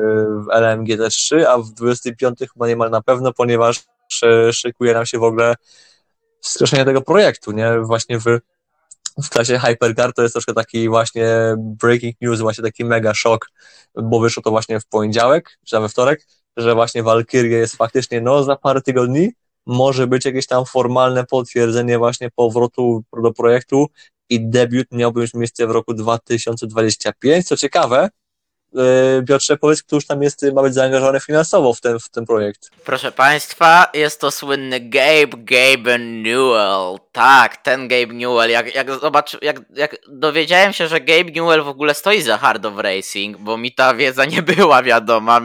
LMGT3, a w 25 chyba niemal na pewno, ponieważ szykuje nam się w ogóle wskrzeszenie tego projektu, nie? Właśnie w klasie Hypercar to jest troszkę taki właśnie breaking news, właśnie taki mega szok, bo wyszło to właśnie w poniedziałek, czy we wtorek, że właśnie Valkyrie jest faktycznie, no za parę tygodni może być jakieś tam formalne potwierdzenie właśnie powrotu do projektu i debiut miałby mieć miejsce w roku 2025. Co ciekawe, Piotrze, powiedz, kto już tam ma być zaangażowany finansowo w ten projekt. Proszę Państwa, jest to słynny Gabe Newell. Tak, ten Gabe Newell. Jak dowiedziałem się, że Gabe Newell w ogóle stoi za Hard of Racing, bo mi ta wiedza nie była wiadoma.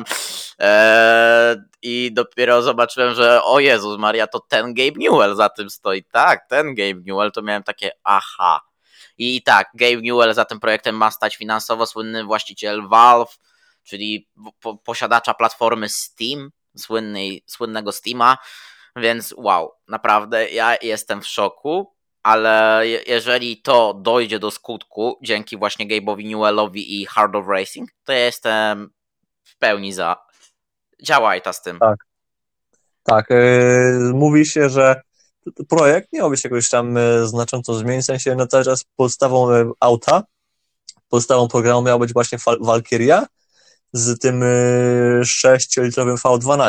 I dopiero zobaczyłem, że o Jezus Maria, to ten Gabe Newell za tym stoi. Tak, ten Gabe Newell, to miałem takie aha. I tak, Gabe Newell za tym projektem ma stać finansowo, słynny właściciel Valve, czyli posiadacza platformy Steam, słynnego Steama, więc wow, naprawdę ja jestem w szoku, ale jeżeli to dojdzie do skutku dzięki właśnie Gabe'owi Newellowi i Hard of Racing, to ja jestem w pełni za. Działaj ta z tym. Tak. Mówi się, że projekt nie miałby się jakoś tam znacząco zmienić, w sensie no cały czas podstawą auta, podstawą programu miała być właśnie Valkyria z tym 6-litrowym V12.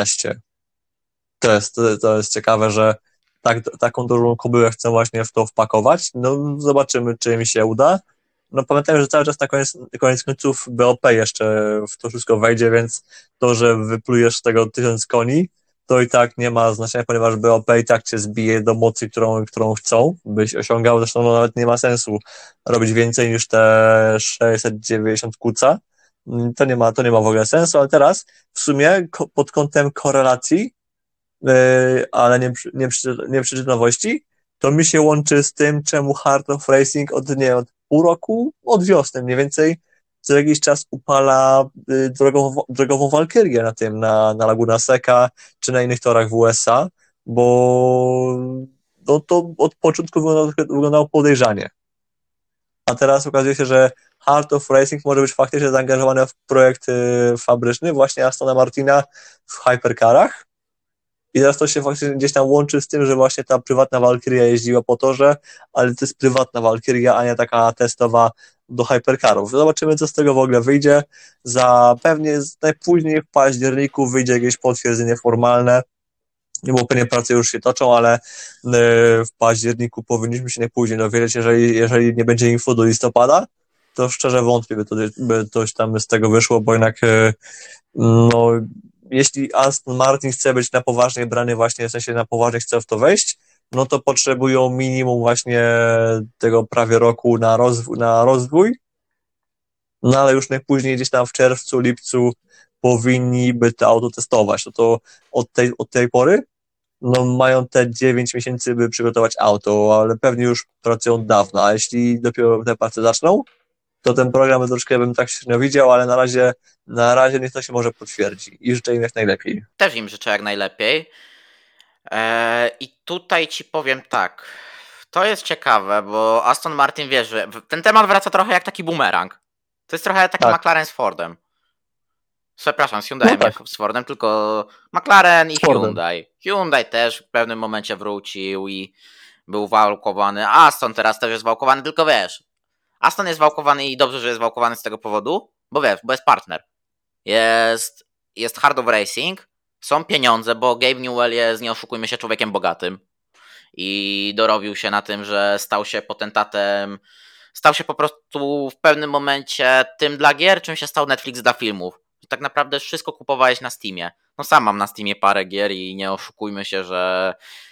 To jest ciekawe, że taką dużą kobyłę chcę właśnie w to wpakować. No zobaczymy, czy mi się uda. No pamiętajmy, że cały czas na koniec końców BOP jeszcze w to wszystko wejdzie, więc to, że wyplujesz z tego 1000 koni, to i tak nie ma znaczenia, ponieważ BOP i tak cię zbije do mocy, którą chcą, byś osiągał. Zresztą no, nawet nie ma sensu robić więcej niż te 690 kuca. To nie ma w ogóle sensu, ale teraz w sumie pod kątem korelacji, ale nie przyczynowości, to mi się łączy z tym, czemu Heart of Racing od pół roku, od wiosny mniej więcej, co jakiś czas upala drogową Valkyrię na Laguna Seca, czy na innych torach w USA, bo no, to od początku wyglądało podejrzanie. A teraz okazuje się, że Heart of Racing może być faktycznie zaangażowane w projekt fabryczny właśnie Astona Martina w hypercarach I teraz to się faktycznie gdzieś tam łączy z tym, że właśnie ta prywatna Valkyria jeździła po torze, ale to jest prywatna Valkyria, a nie taka testowa do hypercarów. Zobaczymy, co z tego w ogóle wyjdzie. Pewnie najpóźniej w październiku wyjdzie jakieś potwierdzenie formalne, bo pewnie prace już się toczą, ale w październiku powinniśmy się najpóźniej dowiedzieć, jeżeli nie będzie info do listopada, to szczerze wątpię, by coś tam z tego wyszło, bo jednak no, jeśli Aston Martin chce być na poważnie brany właśnie, w sensie na poważnie chce w to wejść, no to potrzebują minimum właśnie tego prawie roku na rozwój, no ale już najpóźniej gdzieś tam w czerwcu, lipcu powinni by to auto testować. No to od tej pory no mają te 9 miesięcy, by przygotować auto, ale pewnie już pracują od dawna, a jeśli dopiero te prace zaczną, to ten program troszkę bym tak średnio widział, ale na razie niech to się może potwierdzi i życzę im jak najlepiej. Też im życzę jak najlepiej. I tutaj ci powiem tak, to jest ciekawe, bo Aston Martin, wiesz, że ten temat wraca trochę jak taki bumerang. To jest trochę taki Tak. McLaren z Fordem. Przepraszam, z Hyundaiem, No tak. nie z Fordem, tylko McLaren i Z Fordem. Hyundai. Hyundai też w pewnym momencie wrócił i był wałkowany. Aston teraz też jest wałkowany, tylko wiesz, Aston jest wałkowany i dobrze, że jest wałkowany z tego powodu, bo wiesz, bo jest partner. Jest Hard of Racing, są pieniądze, bo Gabe Newell jest, nie oszukujmy się, człowiekiem bogatym i dorobił się na tym, że stał się potentatem, stał się po prostu w pewnym momencie tym dla gier, czym się stał Netflix dla filmów. Tak naprawdę wszystko kupowałeś na Steamie. No sam mam na Steamie parę gier i nie oszukujmy się, że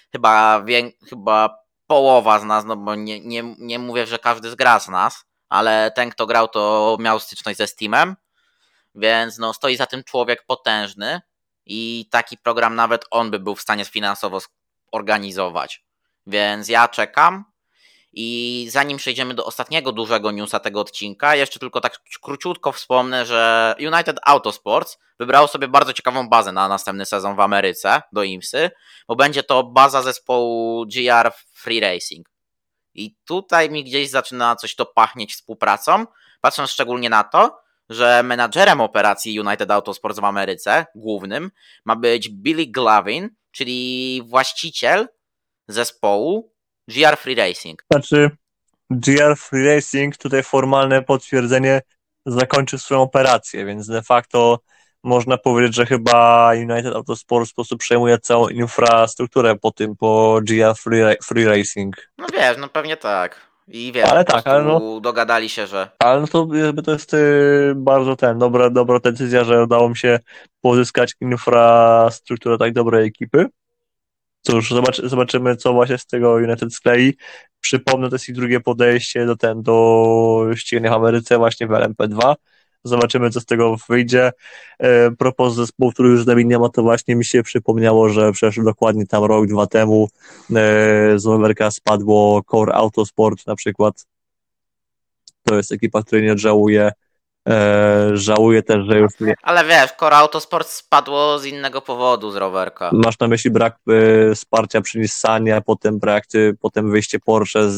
chyba połowa z nas, no bo nie mówię, że każdy gra z nas, ale ten, kto grał, to miał styczność ze Steamem, więc no stoi za tym człowiek potężny i taki program nawet on by był w stanie finansowo organizować. Więc ja czekam i zanim przejdziemy do ostatniego dużego newsa tego odcinka, jeszcze tylko tak króciutko wspomnę, że United Autosports wybrało sobie bardzo ciekawą bazę na następny sezon w Ameryce do IMSY, bo będzie to baza zespołu GR Free Racing. I tutaj mi gdzieś zaczyna coś to pachnieć współpracą, patrząc szczególnie na to, że menadżerem operacji United Autosports w Ameryce, głównym, ma być Billy Glavin, czyli właściciel zespołu GR Free Racing. Znaczy GR Free Racing, tutaj formalne potwierdzenie, zakończy swoją operację, więc de facto można powiedzieć, że chyba United Autosport w sposób przejmuje całą infrastrukturę po GR Free Racing. No wiesz, no pewnie tak. I wiesz, Ale po tak, prostu dogadali się, że... Ale no to jakby to jest bardzo dobra decyzja, że udało mi się pozyskać infrastrukturę tak dobrej ekipy. Cóż, zobaczymy, co właśnie z tego United sklei. Przypomnę, to jest ich drugie podejście do ścigania w Ameryce właśnie w LMP2. Zobaczymy, co z tego wyjdzie. Propos zespołu, który już z nami nie ma, to właśnie mi się przypomniało, że przecież dokładnie tam rok, 2 temu z Ameryka spadło Core Autosport na przykład. To jest ekipa, której nie żałuję. Żałuję też, że już nie. Ale wiesz, Core Autosport spadło z innego powodu z rowerka. Masz na myśli brak wsparcia przy Nissanie, potem wyjście Porsche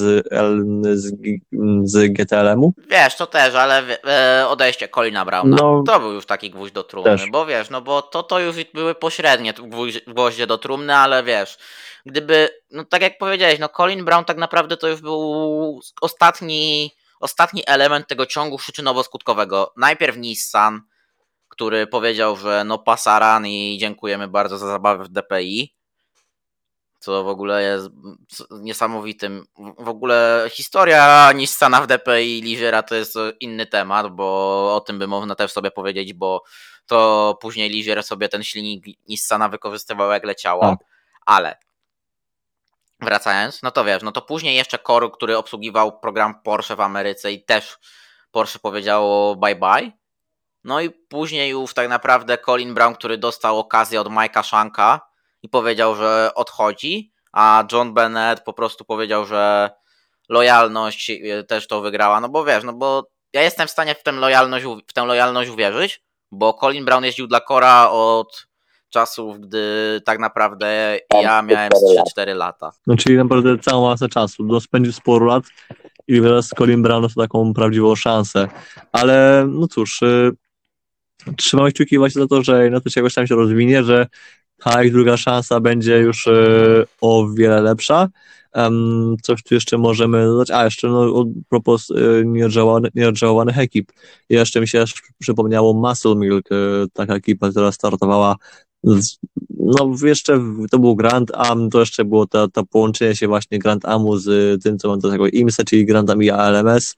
z GTLM-u? Wiesz, to też, ale odejście Colina Browna, No, to był już taki gwóźdź do trumny, też. bo wiesz, no bo to już były pośrednie gwoździe do trumny, ale wiesz, gdyby, no tak jak powiedziałeś, no Colin Brown tak naprawdę to już był ostatni element tego ciągu przyczynowo-skutkowego. Najpierw Nissan, który powiedział, że no pasaran i dziękujemy bardzo za zabawę w DPI, co w ogóle jest niesamowitym. W ogóle historia Nissana w DPI i Ligiera to jest inny temat, bo o tym by można też sobie powiedzieć, bo to później Ligier sobie ten silnik Nissana wykorzystywał jak leciało, Tak. Ale wracając, no to wiesz, no to później jeszcze Core, który obsługiwał program Porsche w Ameryce i też Porsche powiedziało bye bye. No i później już tak naprawdę Colin Brown, który dostał okazję od Mike'a Shanka i powiedział, że odchodzi, a John Bennett po prostu powiedział, że lojalność też to wygrała, no bo wiesz, no bo ja jestem w stanie w tę lojalność uwierzyć, bo Colin Brown jeździł dla Cora od czasów, gdy tak naprawdę ja miałem 3-4 lata. No, czyli naprawdę całą masę czasu. Spędził sporo lat i teraz Colin Brown to taką prawdziwą szansę. Ale no cóż, trzymam kciuki właśnie za to, że no to się jakoś tam się rozwinie, że ta ich druga szansa będzie już o wiele lepsza. Coś tu jeszcze możemy dodać? A, jeszcze no, a propos nieodżałowanych ekip. Jeszcze mi się przypomniało Muscle Milk, taka ekipa, która startowała no jeszcze to był Grand Am, to jeszcze było to połączenie się właśnie Grand Amu z tym, co mam do tego IMSA, czyli Grand Am i ALMS.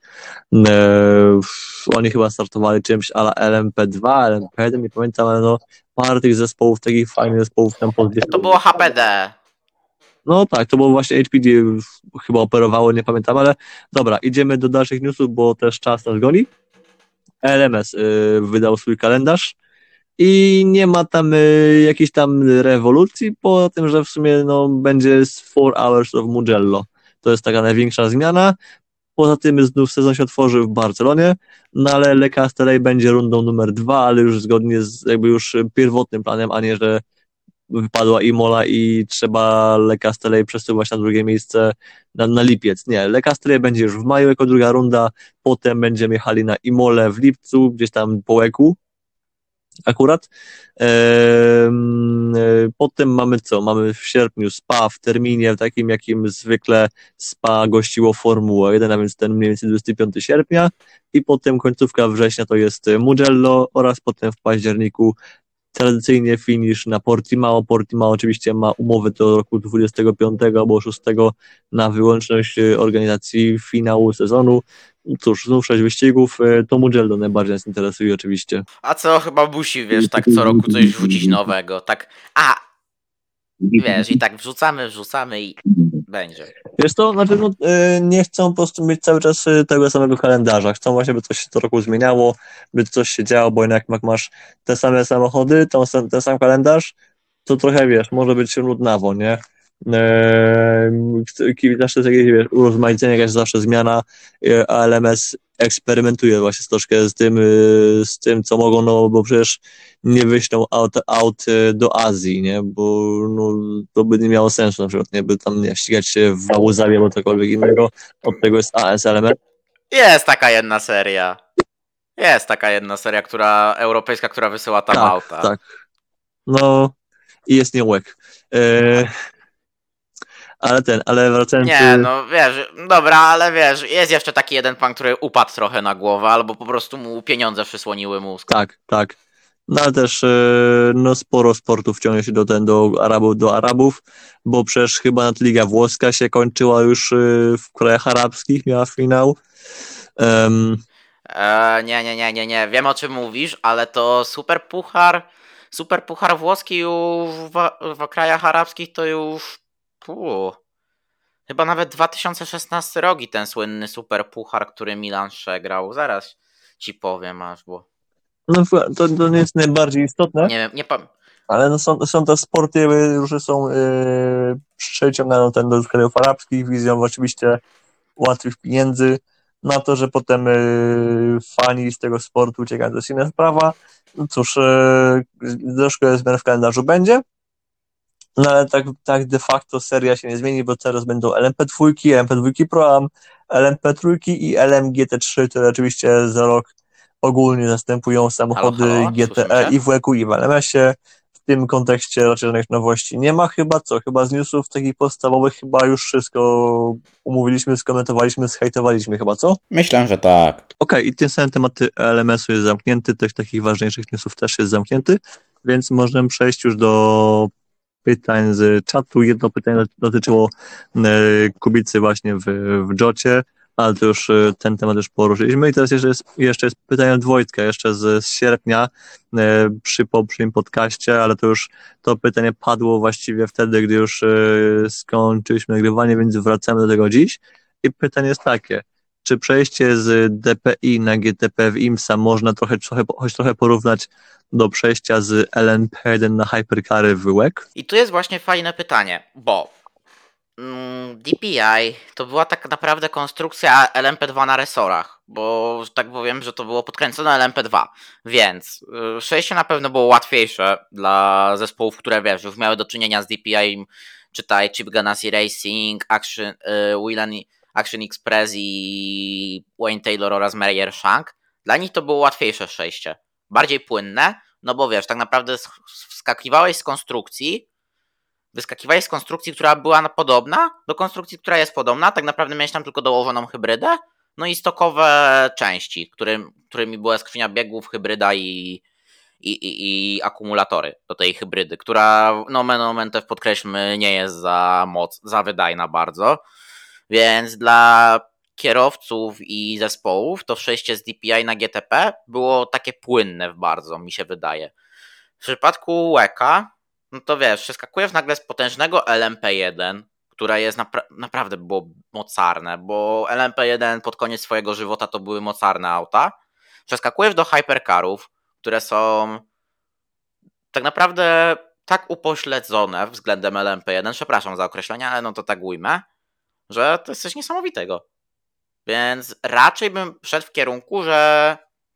Oni chyba startowali czymś a la LMP2, LMP1, nie pamiętam, ale no parę tych zespołów, takich fajnych zespołów tam To było HPD. No tak, to było właśnie HPD chyba operowało, nie pamiętam, ale dobra, idziemy do dalszych newsów, bo też czas nas goni. LMS wydał swój kalendarz i nie ma tam jakiejś tam rewolucji, po tym, że w sumie no, będzie z 4 Hours of Mugello. To jest taka największa zmiana. Poza tym znów sezon się otworzy w Barcelonie, no ale Le Castellet będzie rundą numer 2, ale już zgodnie z jakby już pierwotnym planem, a nie, że wypadła Imola i trzeba Le Castellet przesuwać na drugie miejsce na lipiec. Nie, Le Castellet będzie już w maju jako druga runda, potem będziemy jechali na Imolę w lipcu, gdzieś tam po Łeku akurat. Potem mamy co? Mamy w sierpniu Spa w terminie takim, jakim zwykle Spa gościło Formułę 1, a więc ten mniej więcej 25 sierpnia i potem końcówka września to jest Mugello oraz potem w październiku tradycyjnie finish na Portimao. Portimao oczywiście ma umowę do roku 25 albo 6 na wyłączność organizacji finału sezonu. Cóż, znów 6 wyścigów, to Mugello najbardziej nas interesuje oczywiście. A co, chyba musi, wiesz, tak co roku coś wrzucić nowego. Tak, wiesz, i tak wrzucamy i będzie. Wiesz to, znaczy no, nie chcą po prostu mieć cały czas tego samego kalendarza. Chcą właśnie, by coś się co roku zmieniało, by coś się działo, bo jednak jak masz te same samochody, ten sam kalendarz, to trochę, wiesz, może być nudnawo, nie? Zawsze jakieś, wiesz, urozmaicenie, jakaś zawsze zmiana, a LMS eksperymentuje właśnie troszkę z tym, co mogą, no bo przecież nie wyślą aut do Azji, nie? Bo no, to by nie miało sensu na przykład, nie? By tam nie ścigać się w Abu Zabi albo cokolwiek innego, od tego jest AS LMS. Jest taka jedna seria. Jest taka jedna seria, europejska, która wysyła tam auta. Tak. No i jest nie łek. Ale wracając... Nie, no wiesz, dobra, ale wiesz, jest jeszcze taki jeden pan, który upadł trochę na głowę, albo po prostu mu pieniądze przysłoniły mózg. Tak. No ale też no, sporo sportów ciągnie się do Arabów, bo przecież chyba nawet Liga Włoska się kończyła już w krajach arabskich, miała finał. Nie, wiem o czym mówisz, ale to Super Puchar włoski już w krajach arabskich to już chyba nawet 2016 rok i ten słynny Super Puchar, który Milan przegrał. Zaraz ci powiem aż, bo... No to nie jest najbardziej istotne. Nie wiem, nie pamiętam. Ale no są te sporty, już są przeciągane do krajów arabskich, wizją oczywiście łatwych pieniędzy, na to, że potem fani z tego sportu uciekają, to jest inna sprawa. No cóż, troszkę zmian w kalendarzu będzie, no ale tak de facto seria się nie zmieni, bo teraz będą LMP2, LMP2 Pro Am, LMP3 i LMGT3, które oczywiście za rok ogólnie zastępują samochody Halo, GTE i w WEC-u i w LMS-ie. W tym kontekście raczej żadnych nowości nie ma chyba, chyba z newsów takich podstawowych chyba już wszystko umówiliśmy, skomentowaliśmy, zhejtowaliśmy chyba, co? Myślę, że tak. Okej, i ten sam temat LMS-u jest zamknięty, tych takich ważniejszych newsów też jest zamknięty, więc możemy przejść już do pytań z czatu. Jedno pytanie dotyczyło Kubicy właśnie w Dżocie, ale to już ten temat już poruszyliśmy i teraz jeszcze jest pytanie od Wojtka, jeszcze z sierpnia przy poprzednim podcaście, ale to pytanie padło właściwie wtedy, gdy już skończyliśmy nagrywanie, więc wracamy do tego dziś i pytanie jest takie: czy przejście z DPI na GTP w IMSA można choć trochę porównać do przejścia z LMP1 na Hypercary w WEC? I tu jest właśnie fajne pytanie, bo DPI to była tak naprawdę konstrukcja LMP2 na resorach, bo tak powiem, że to było podkręcone LMP2, więc przejście na pewno było łatwiejsze dla zespołów, które wiesz, już miały do czynienia z DPI, czytaj Chip Ganassi Racing, Action Express i Wayne Taylor oraz Meyer Shank. Dla nich to było łatwiejsze przejście, bardziej płynne, No bo wiesz, tak naprawdę wskakiwałeś wyskakiwałeś z konstrukcji, która była podobna, do konstrukcji, która jest podobna, tak naprawdę miałeś tam tylko dołożoną hybrydę, no i stokowe części, którymi była skrzynia biegów, hybryda i akumulatory do tej hybrydy, która nomen omen podkreślmy nie jest za wydajna bardzo, więc dla kierowców i zespołów to przejście z DPI na GTP było takie płynne bardzo, mi się wydaje. W przypadku łeka, no to wiesz, przeskakujesz nagle z potężnego LMP1, które jest naprawdę było mocarne, bo LMP1 pod koniec swojego żywota to były mocarne auta. Przeskakujesz do hypercarów, które są tak naprawdę tak upośledzone względem LMP1, przepraszam za określenie, ale no to tak ujmę, że to jest coś niesamowitego. Więc raczej bym szedł w kierunku, że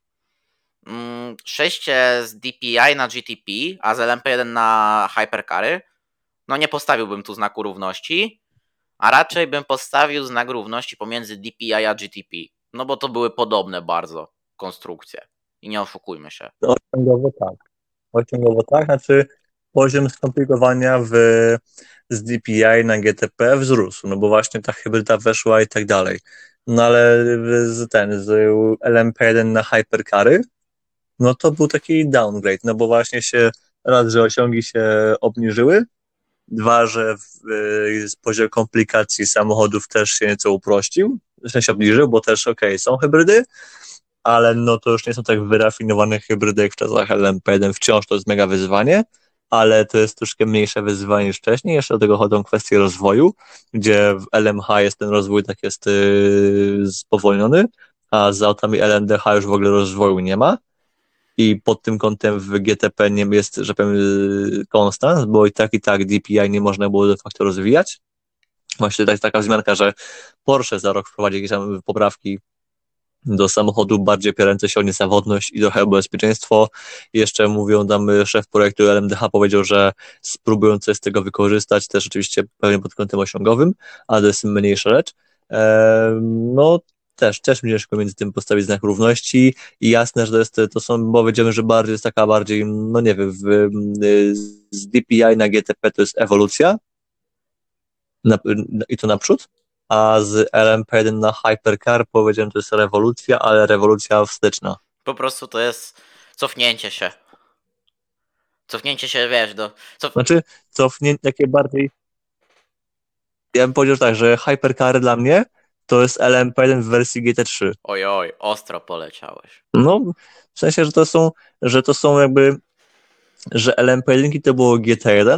przejście z DPI na GTP, a z LMP1 na hypercary, no nie postawiłbym tu znaku równości, a raczej bym postawił znak równości pomiędzy DPI a GTP, no bo to były podobne bardzo konstrukcje i nie oszukujmy się. Osiągowo tak, znaczy poziom skomplikowania z DPI na GTP wzrósł, no bo właśnie ta hybryda weszła i tak dalej. No ale z LMP1 na hypercary, no to był taki downgrade, no bo właśnie raz, że osiągi się obniżyły, dwa, że poziom komplikacji samochodów też się nieco uprościł, w sensie obniżył, bo też są hybrydy, ale no to już nie są tak wyrafinowane hybrydy jak w czasach LMP1, wciąż to jest mega wyzwanie, ale to jest troszkę mniejsze wyzwanie niż wcześniej, jeszcze do tego chodzą kwestie rozwoju, gdzie w LMH jest ten rozwój tak jest spowolniony, a z autami LMDH już w ogóle rozwoju nie ma i pod tym kątem w GTP nie jest, że powiem, konstans, bo i tak DPI nie można było de facto rozwijać. Właśnie to jest taka wzmianka, że Porsche za rok wprowadzi jakieś tam poprawki do samochodu bardziej opierające się o niezawodność i trochę o bezpieczeństwo. Jeszcze mówią tam, szef projektu LMDH powiedział, że spróbują coś z tego wykorzystać, też oczywiście pewnie pod kątem osiągowym, ale to jest mniejsza rzecz. No też ciężko między tym postawić znak równości i jasne, że to są, bo wiedziemy, że jest taka bardziej, no nie wiem, z DPI na GTP to jest ewolucja i to naprzód, a z LMP1 na Hypercar powiedziałem, to jest rewolucja, ale rewolucja wsteczna. Po prostu to jest cofnięcie się. Cofnięcie się, wiesz, Znaczy, cofnięcie takie bardziej... Ja bym powiedział tak, że Hypercar dla mnie to jest LMP1 w wersji GT3. Oj, ostro poleciałeś. No, w sensie, że to są jakby... że LMP1 to było GT1,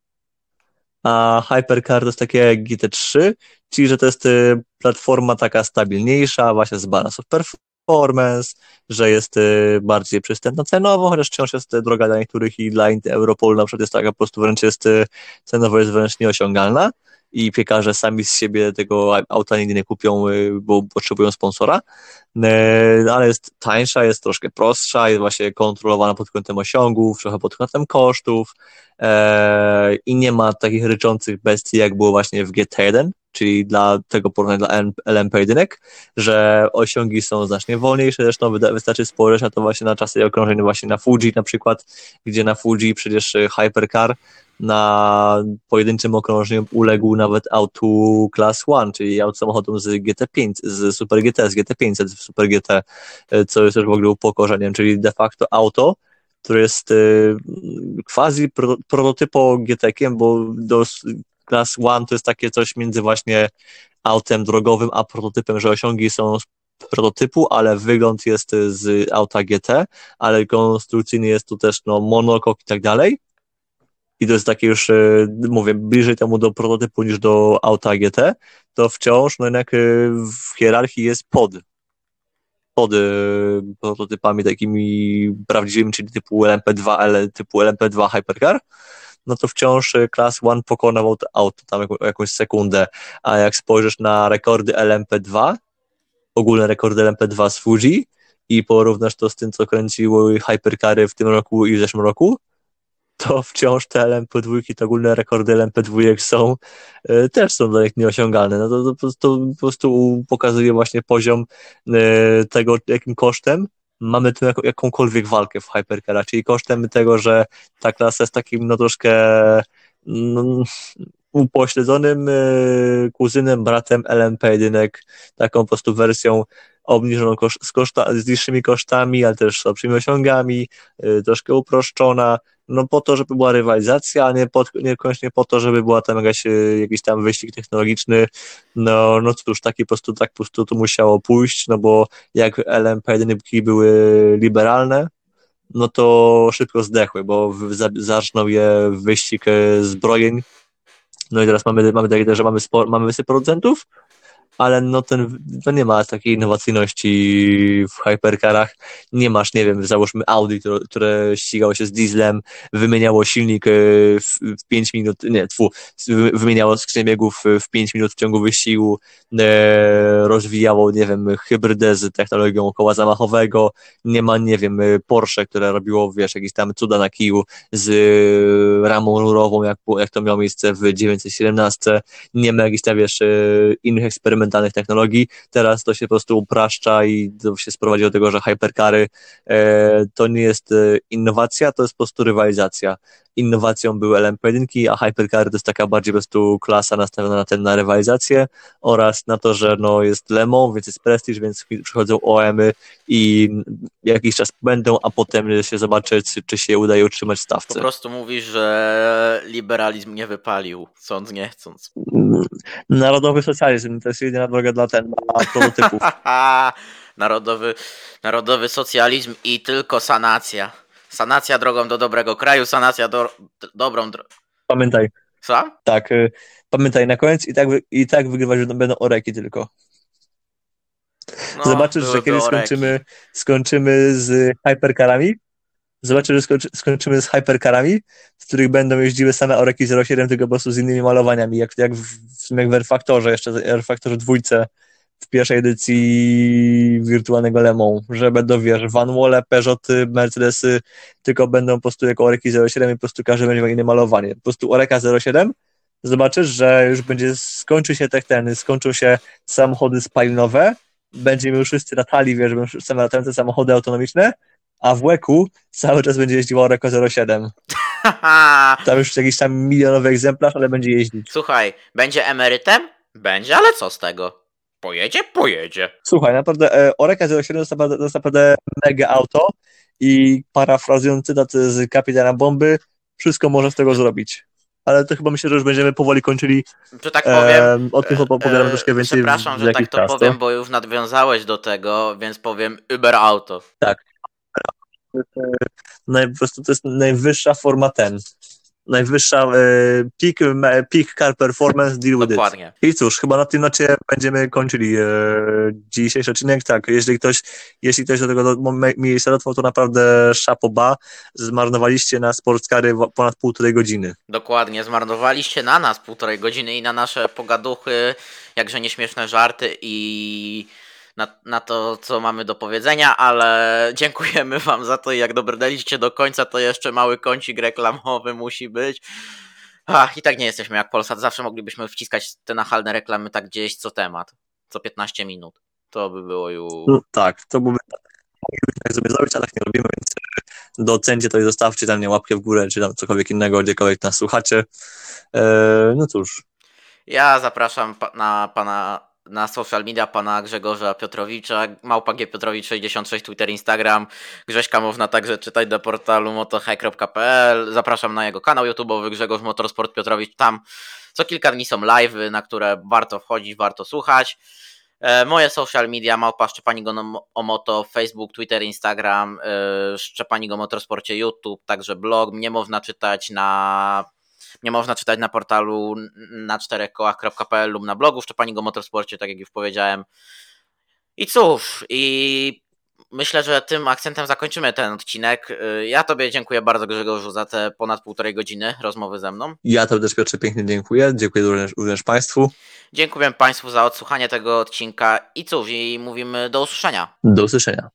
a Hypercar to jest takie jak GT3, czyli że to jest platforma taka stabilniejsza, właśnie z Balance of Performance, że jest bardziej przystępna cenowo, chociaż wciąż jest droga dla niektórych i dla Europolu na przykład jest taka po prostu wręcz jest cenowo jest wręcz nieosiągalna i piekarze sami z siebie tego auta nigdy nie kupią, bo potrzebują sponsora, ale jest tańsza, jest troszkę prostsza, jest właśnie kontrolowana pod kątem osiągów, trochę pod kątem kosztów i nie ma takich ryczących bestii, jak było właśnie w GT1, czyli dla tego porównania dla LMP1, że osiągi są znacznie wolniejsze, zresztą wystarczy spojrzeć na to właśnie na czasy okrążeń właśnie na Fuji na przykład, gdzie na Fuji przecież Hypercar na pojedynczym okrążeniu uległ nawet autu Class 1, czyli aut samochodom z GT5, z Super GT, z GT500 w Super GT, co jest też w ogóle upokorzeniem, czyli de facto auto, które jest quasi prototypo GT-kiem, bo do Class 1 to jest takie coś między właśnie autem drogowym a prototypem, że osiągi są z prototypu, ale wygląd jest z auta GT, ale konstrukcyjnie jest tu też monokok i tak dalej. I to jest takie już, mówię, bliżej temu do prototypu niż do auta GT, to wciąż jednak w hierarchii jest pod prototypami takimi prawdziwymi, czyli typu LMP2 Hypercar, no to wciąż Class 1 pokonał auto tam jakąś sekundę, a jak spojrzysz na rekordy LMP2, ogólne rekordy LMP2 z Fuji i porównasz to z tym, co kręciły Hypercary w tym roku i w zeszłym roku, to wciąż te LMP2, te ogólne rekordy LMP2 też są dla nich nieosiągalne. No to po prostu pokazuje właśnie poziom tego, jakim kosztem mamy tu jakąkolwiek walkę w Hypercarach, czyli kosztem tego, że ta klasa jest takim no troszkę no, upośledzonym kuzynem, bratem LMP1, taką po prostu wersją obniżoną z niższymi kosztami, ale też z lepszymi osiągami, troszkę uproszczona, no po to, żeby była rywalizacja, a niekoniecznie po to, żeby była tam jakiś tam wyścig technologiczny. No cóż, tak po prostu to musiało pójść, no bo jak LMP1 były liberalne, no to szybko zdechły, bo zaczną je wyścig zbrojeń. No i teraz mamy takie, że mamy wysyp producentów, ale no to nie ma takiej innowacyjności w hypercarach. Nie masz, nie wiem, załóżmy Audi, które ścigało się z dieslem, wymieniało silnik w 5 minut, wymieniało skrzynię biegów w 5 minut w ciągu wyścigu, rozwijało, nie wiem, hybrydę z technologią koła zamachowego, nie ma, nie wiem, Porsche, które robiło, wiesz, jakieś tam cuda na kiju z ramą rurową, jak to miało miejsce w 917, nie ma jakichś tam, wiesz, innych eksperymentalnych technologii. Teraz to się po prostu upraszcza i to się sprowadzi do tego, że hypercary to nie jest innowacja, to jest po prostu rywalizacja. Innowacją były LMP1, a hypercary to jest taka bardziej po prostu klasa nastawiona na rywalizację oraz na to, że no jest Le Mans, więc jest prestiż, więc przychodzą OM-y i jakiś czas będą, a potem się zobaczy, czy się udaje utrzymać w stawce. Po prostu mówisz, że liberalizm nie wypalił, chcąc nie chcąc. Narodowy socjalizm to jest jedyna droga dla prototypów. Narodowy socjalizm i tylko sanacja. Sanacja drogą do dobrego kraju, sanacja dobrą drogą. Pamiętaj. Co? Tak, pamiętaj, na koniec i tak wygrywać będą oreki tylko. No, zobaczysz, że kiedy skończymy z hypercarami, skończymy z hypercarami, w których będą jeździły same oreki 07, tylko po prostu z innymi malowaniami, jak w R-Factorze, jeszcze w R-Factorze 2 w pierwszej edycji wirtualnego Le Mans, że będą, wiesz, Van Walle, Peugeoty, Mercedesy, tylko będą po prostu jako oreki 07 i po prostu każdy będzie miał inne malowanie. Po prostu oreka 07, zobaczysz, że już skończą się samochody spalinowe, będziemy już wszyscy latali, wiesz, będą same latające samochody autonomiczne, a w łeku cały czas będzie jeździła Oreko 07. Tam już jakiś tam milionowy egzemplarz, ale będzie jeździć. Słuchaj, będzie emerytem? Będzie, ale co z tego? Pojedzie. Słuchaj, naprawdę Oreka 07 to jest naprawdę mega auto i parafrazując cytat z Kapitana Bomby, wszystko można z tego zrobić. Ale to chyba myślę, że już będziemy powoli kończyli. Że tak powiem. O tym opowiadamy troszkę więcej. Przepraszam, że tak to powiem, bo już nawiązałeś do tego, więc powiem Uber Auto. Tak. Po prostu to jest najwyższa forma najwyższa peak car performance, deal with Dokładnie. It. I cóż, chyba na tym nocie będziemy kończyli dzisiejszy odcinek. Tak, jeśli ktoś do tego miejsca dotrwał, to naprawdę chapeau bas. Zmarnowaliście na sportscary ponad 1,5 godziny. Dokładnie, zmarnowaliście na nas 1,5 godziny i na nasze pogaduchy, jakże nieśmieszne żarty i na to, co mamy do powiedzenia, ale dziękujemy wam za to i jak dobrnęliście do końca, to jeszcze mały kącik reklamowy musi być. I tak nie jesteśmy jak Polsat, zawsze moglibyśmy wciskać te nachalne reklamy tak gdzieś co temat, co 15 minut. To by było już... No, tak, to byłby tak sobie zrobić, ale tak nie robimy, więc docencie to i zostawcie tam łapkę w górę, czy tam cokolwiek innego, gdziekolwiek nas słuchacie. No cóż. Ja zapraszam na social media pana Grzegorza Piotrowicza, @Piotrowicz66, Twitter, Instagram. Grześka można także czytać na portalu motohike.pl. Zapraszam na jego kanał YouTube'owy Grzegorz Motorsport Piotrowicz. Tam co kilka dni są live'y, na które warto wchodzić, warto słuchać. Moje social media, Szczepanigo Moto, Facebook, Twitter, Instagram, Szczepanigo Motorsporcie, YouTube, także blog. Mnie można czytać na portalu na 4kołach.pl lub na blogu Szczepanigo Motorsporcie, tak jak już powiedziałem. I cóż, i myślę, że tym akcentem zakończymy ten odcinek. Ja tobie dziękuję bardzo, Grzegorzu, za te ponad 1,5 godziny rozmowy ze mną. Ja tobie też, Piotrze, pięknie dziękuję. Dziękuję również Państwu. Dziękuję Państwu za odsłuchanie tego odcinka i cóż, i mówimy do usłyszenia. Do usłyszenia.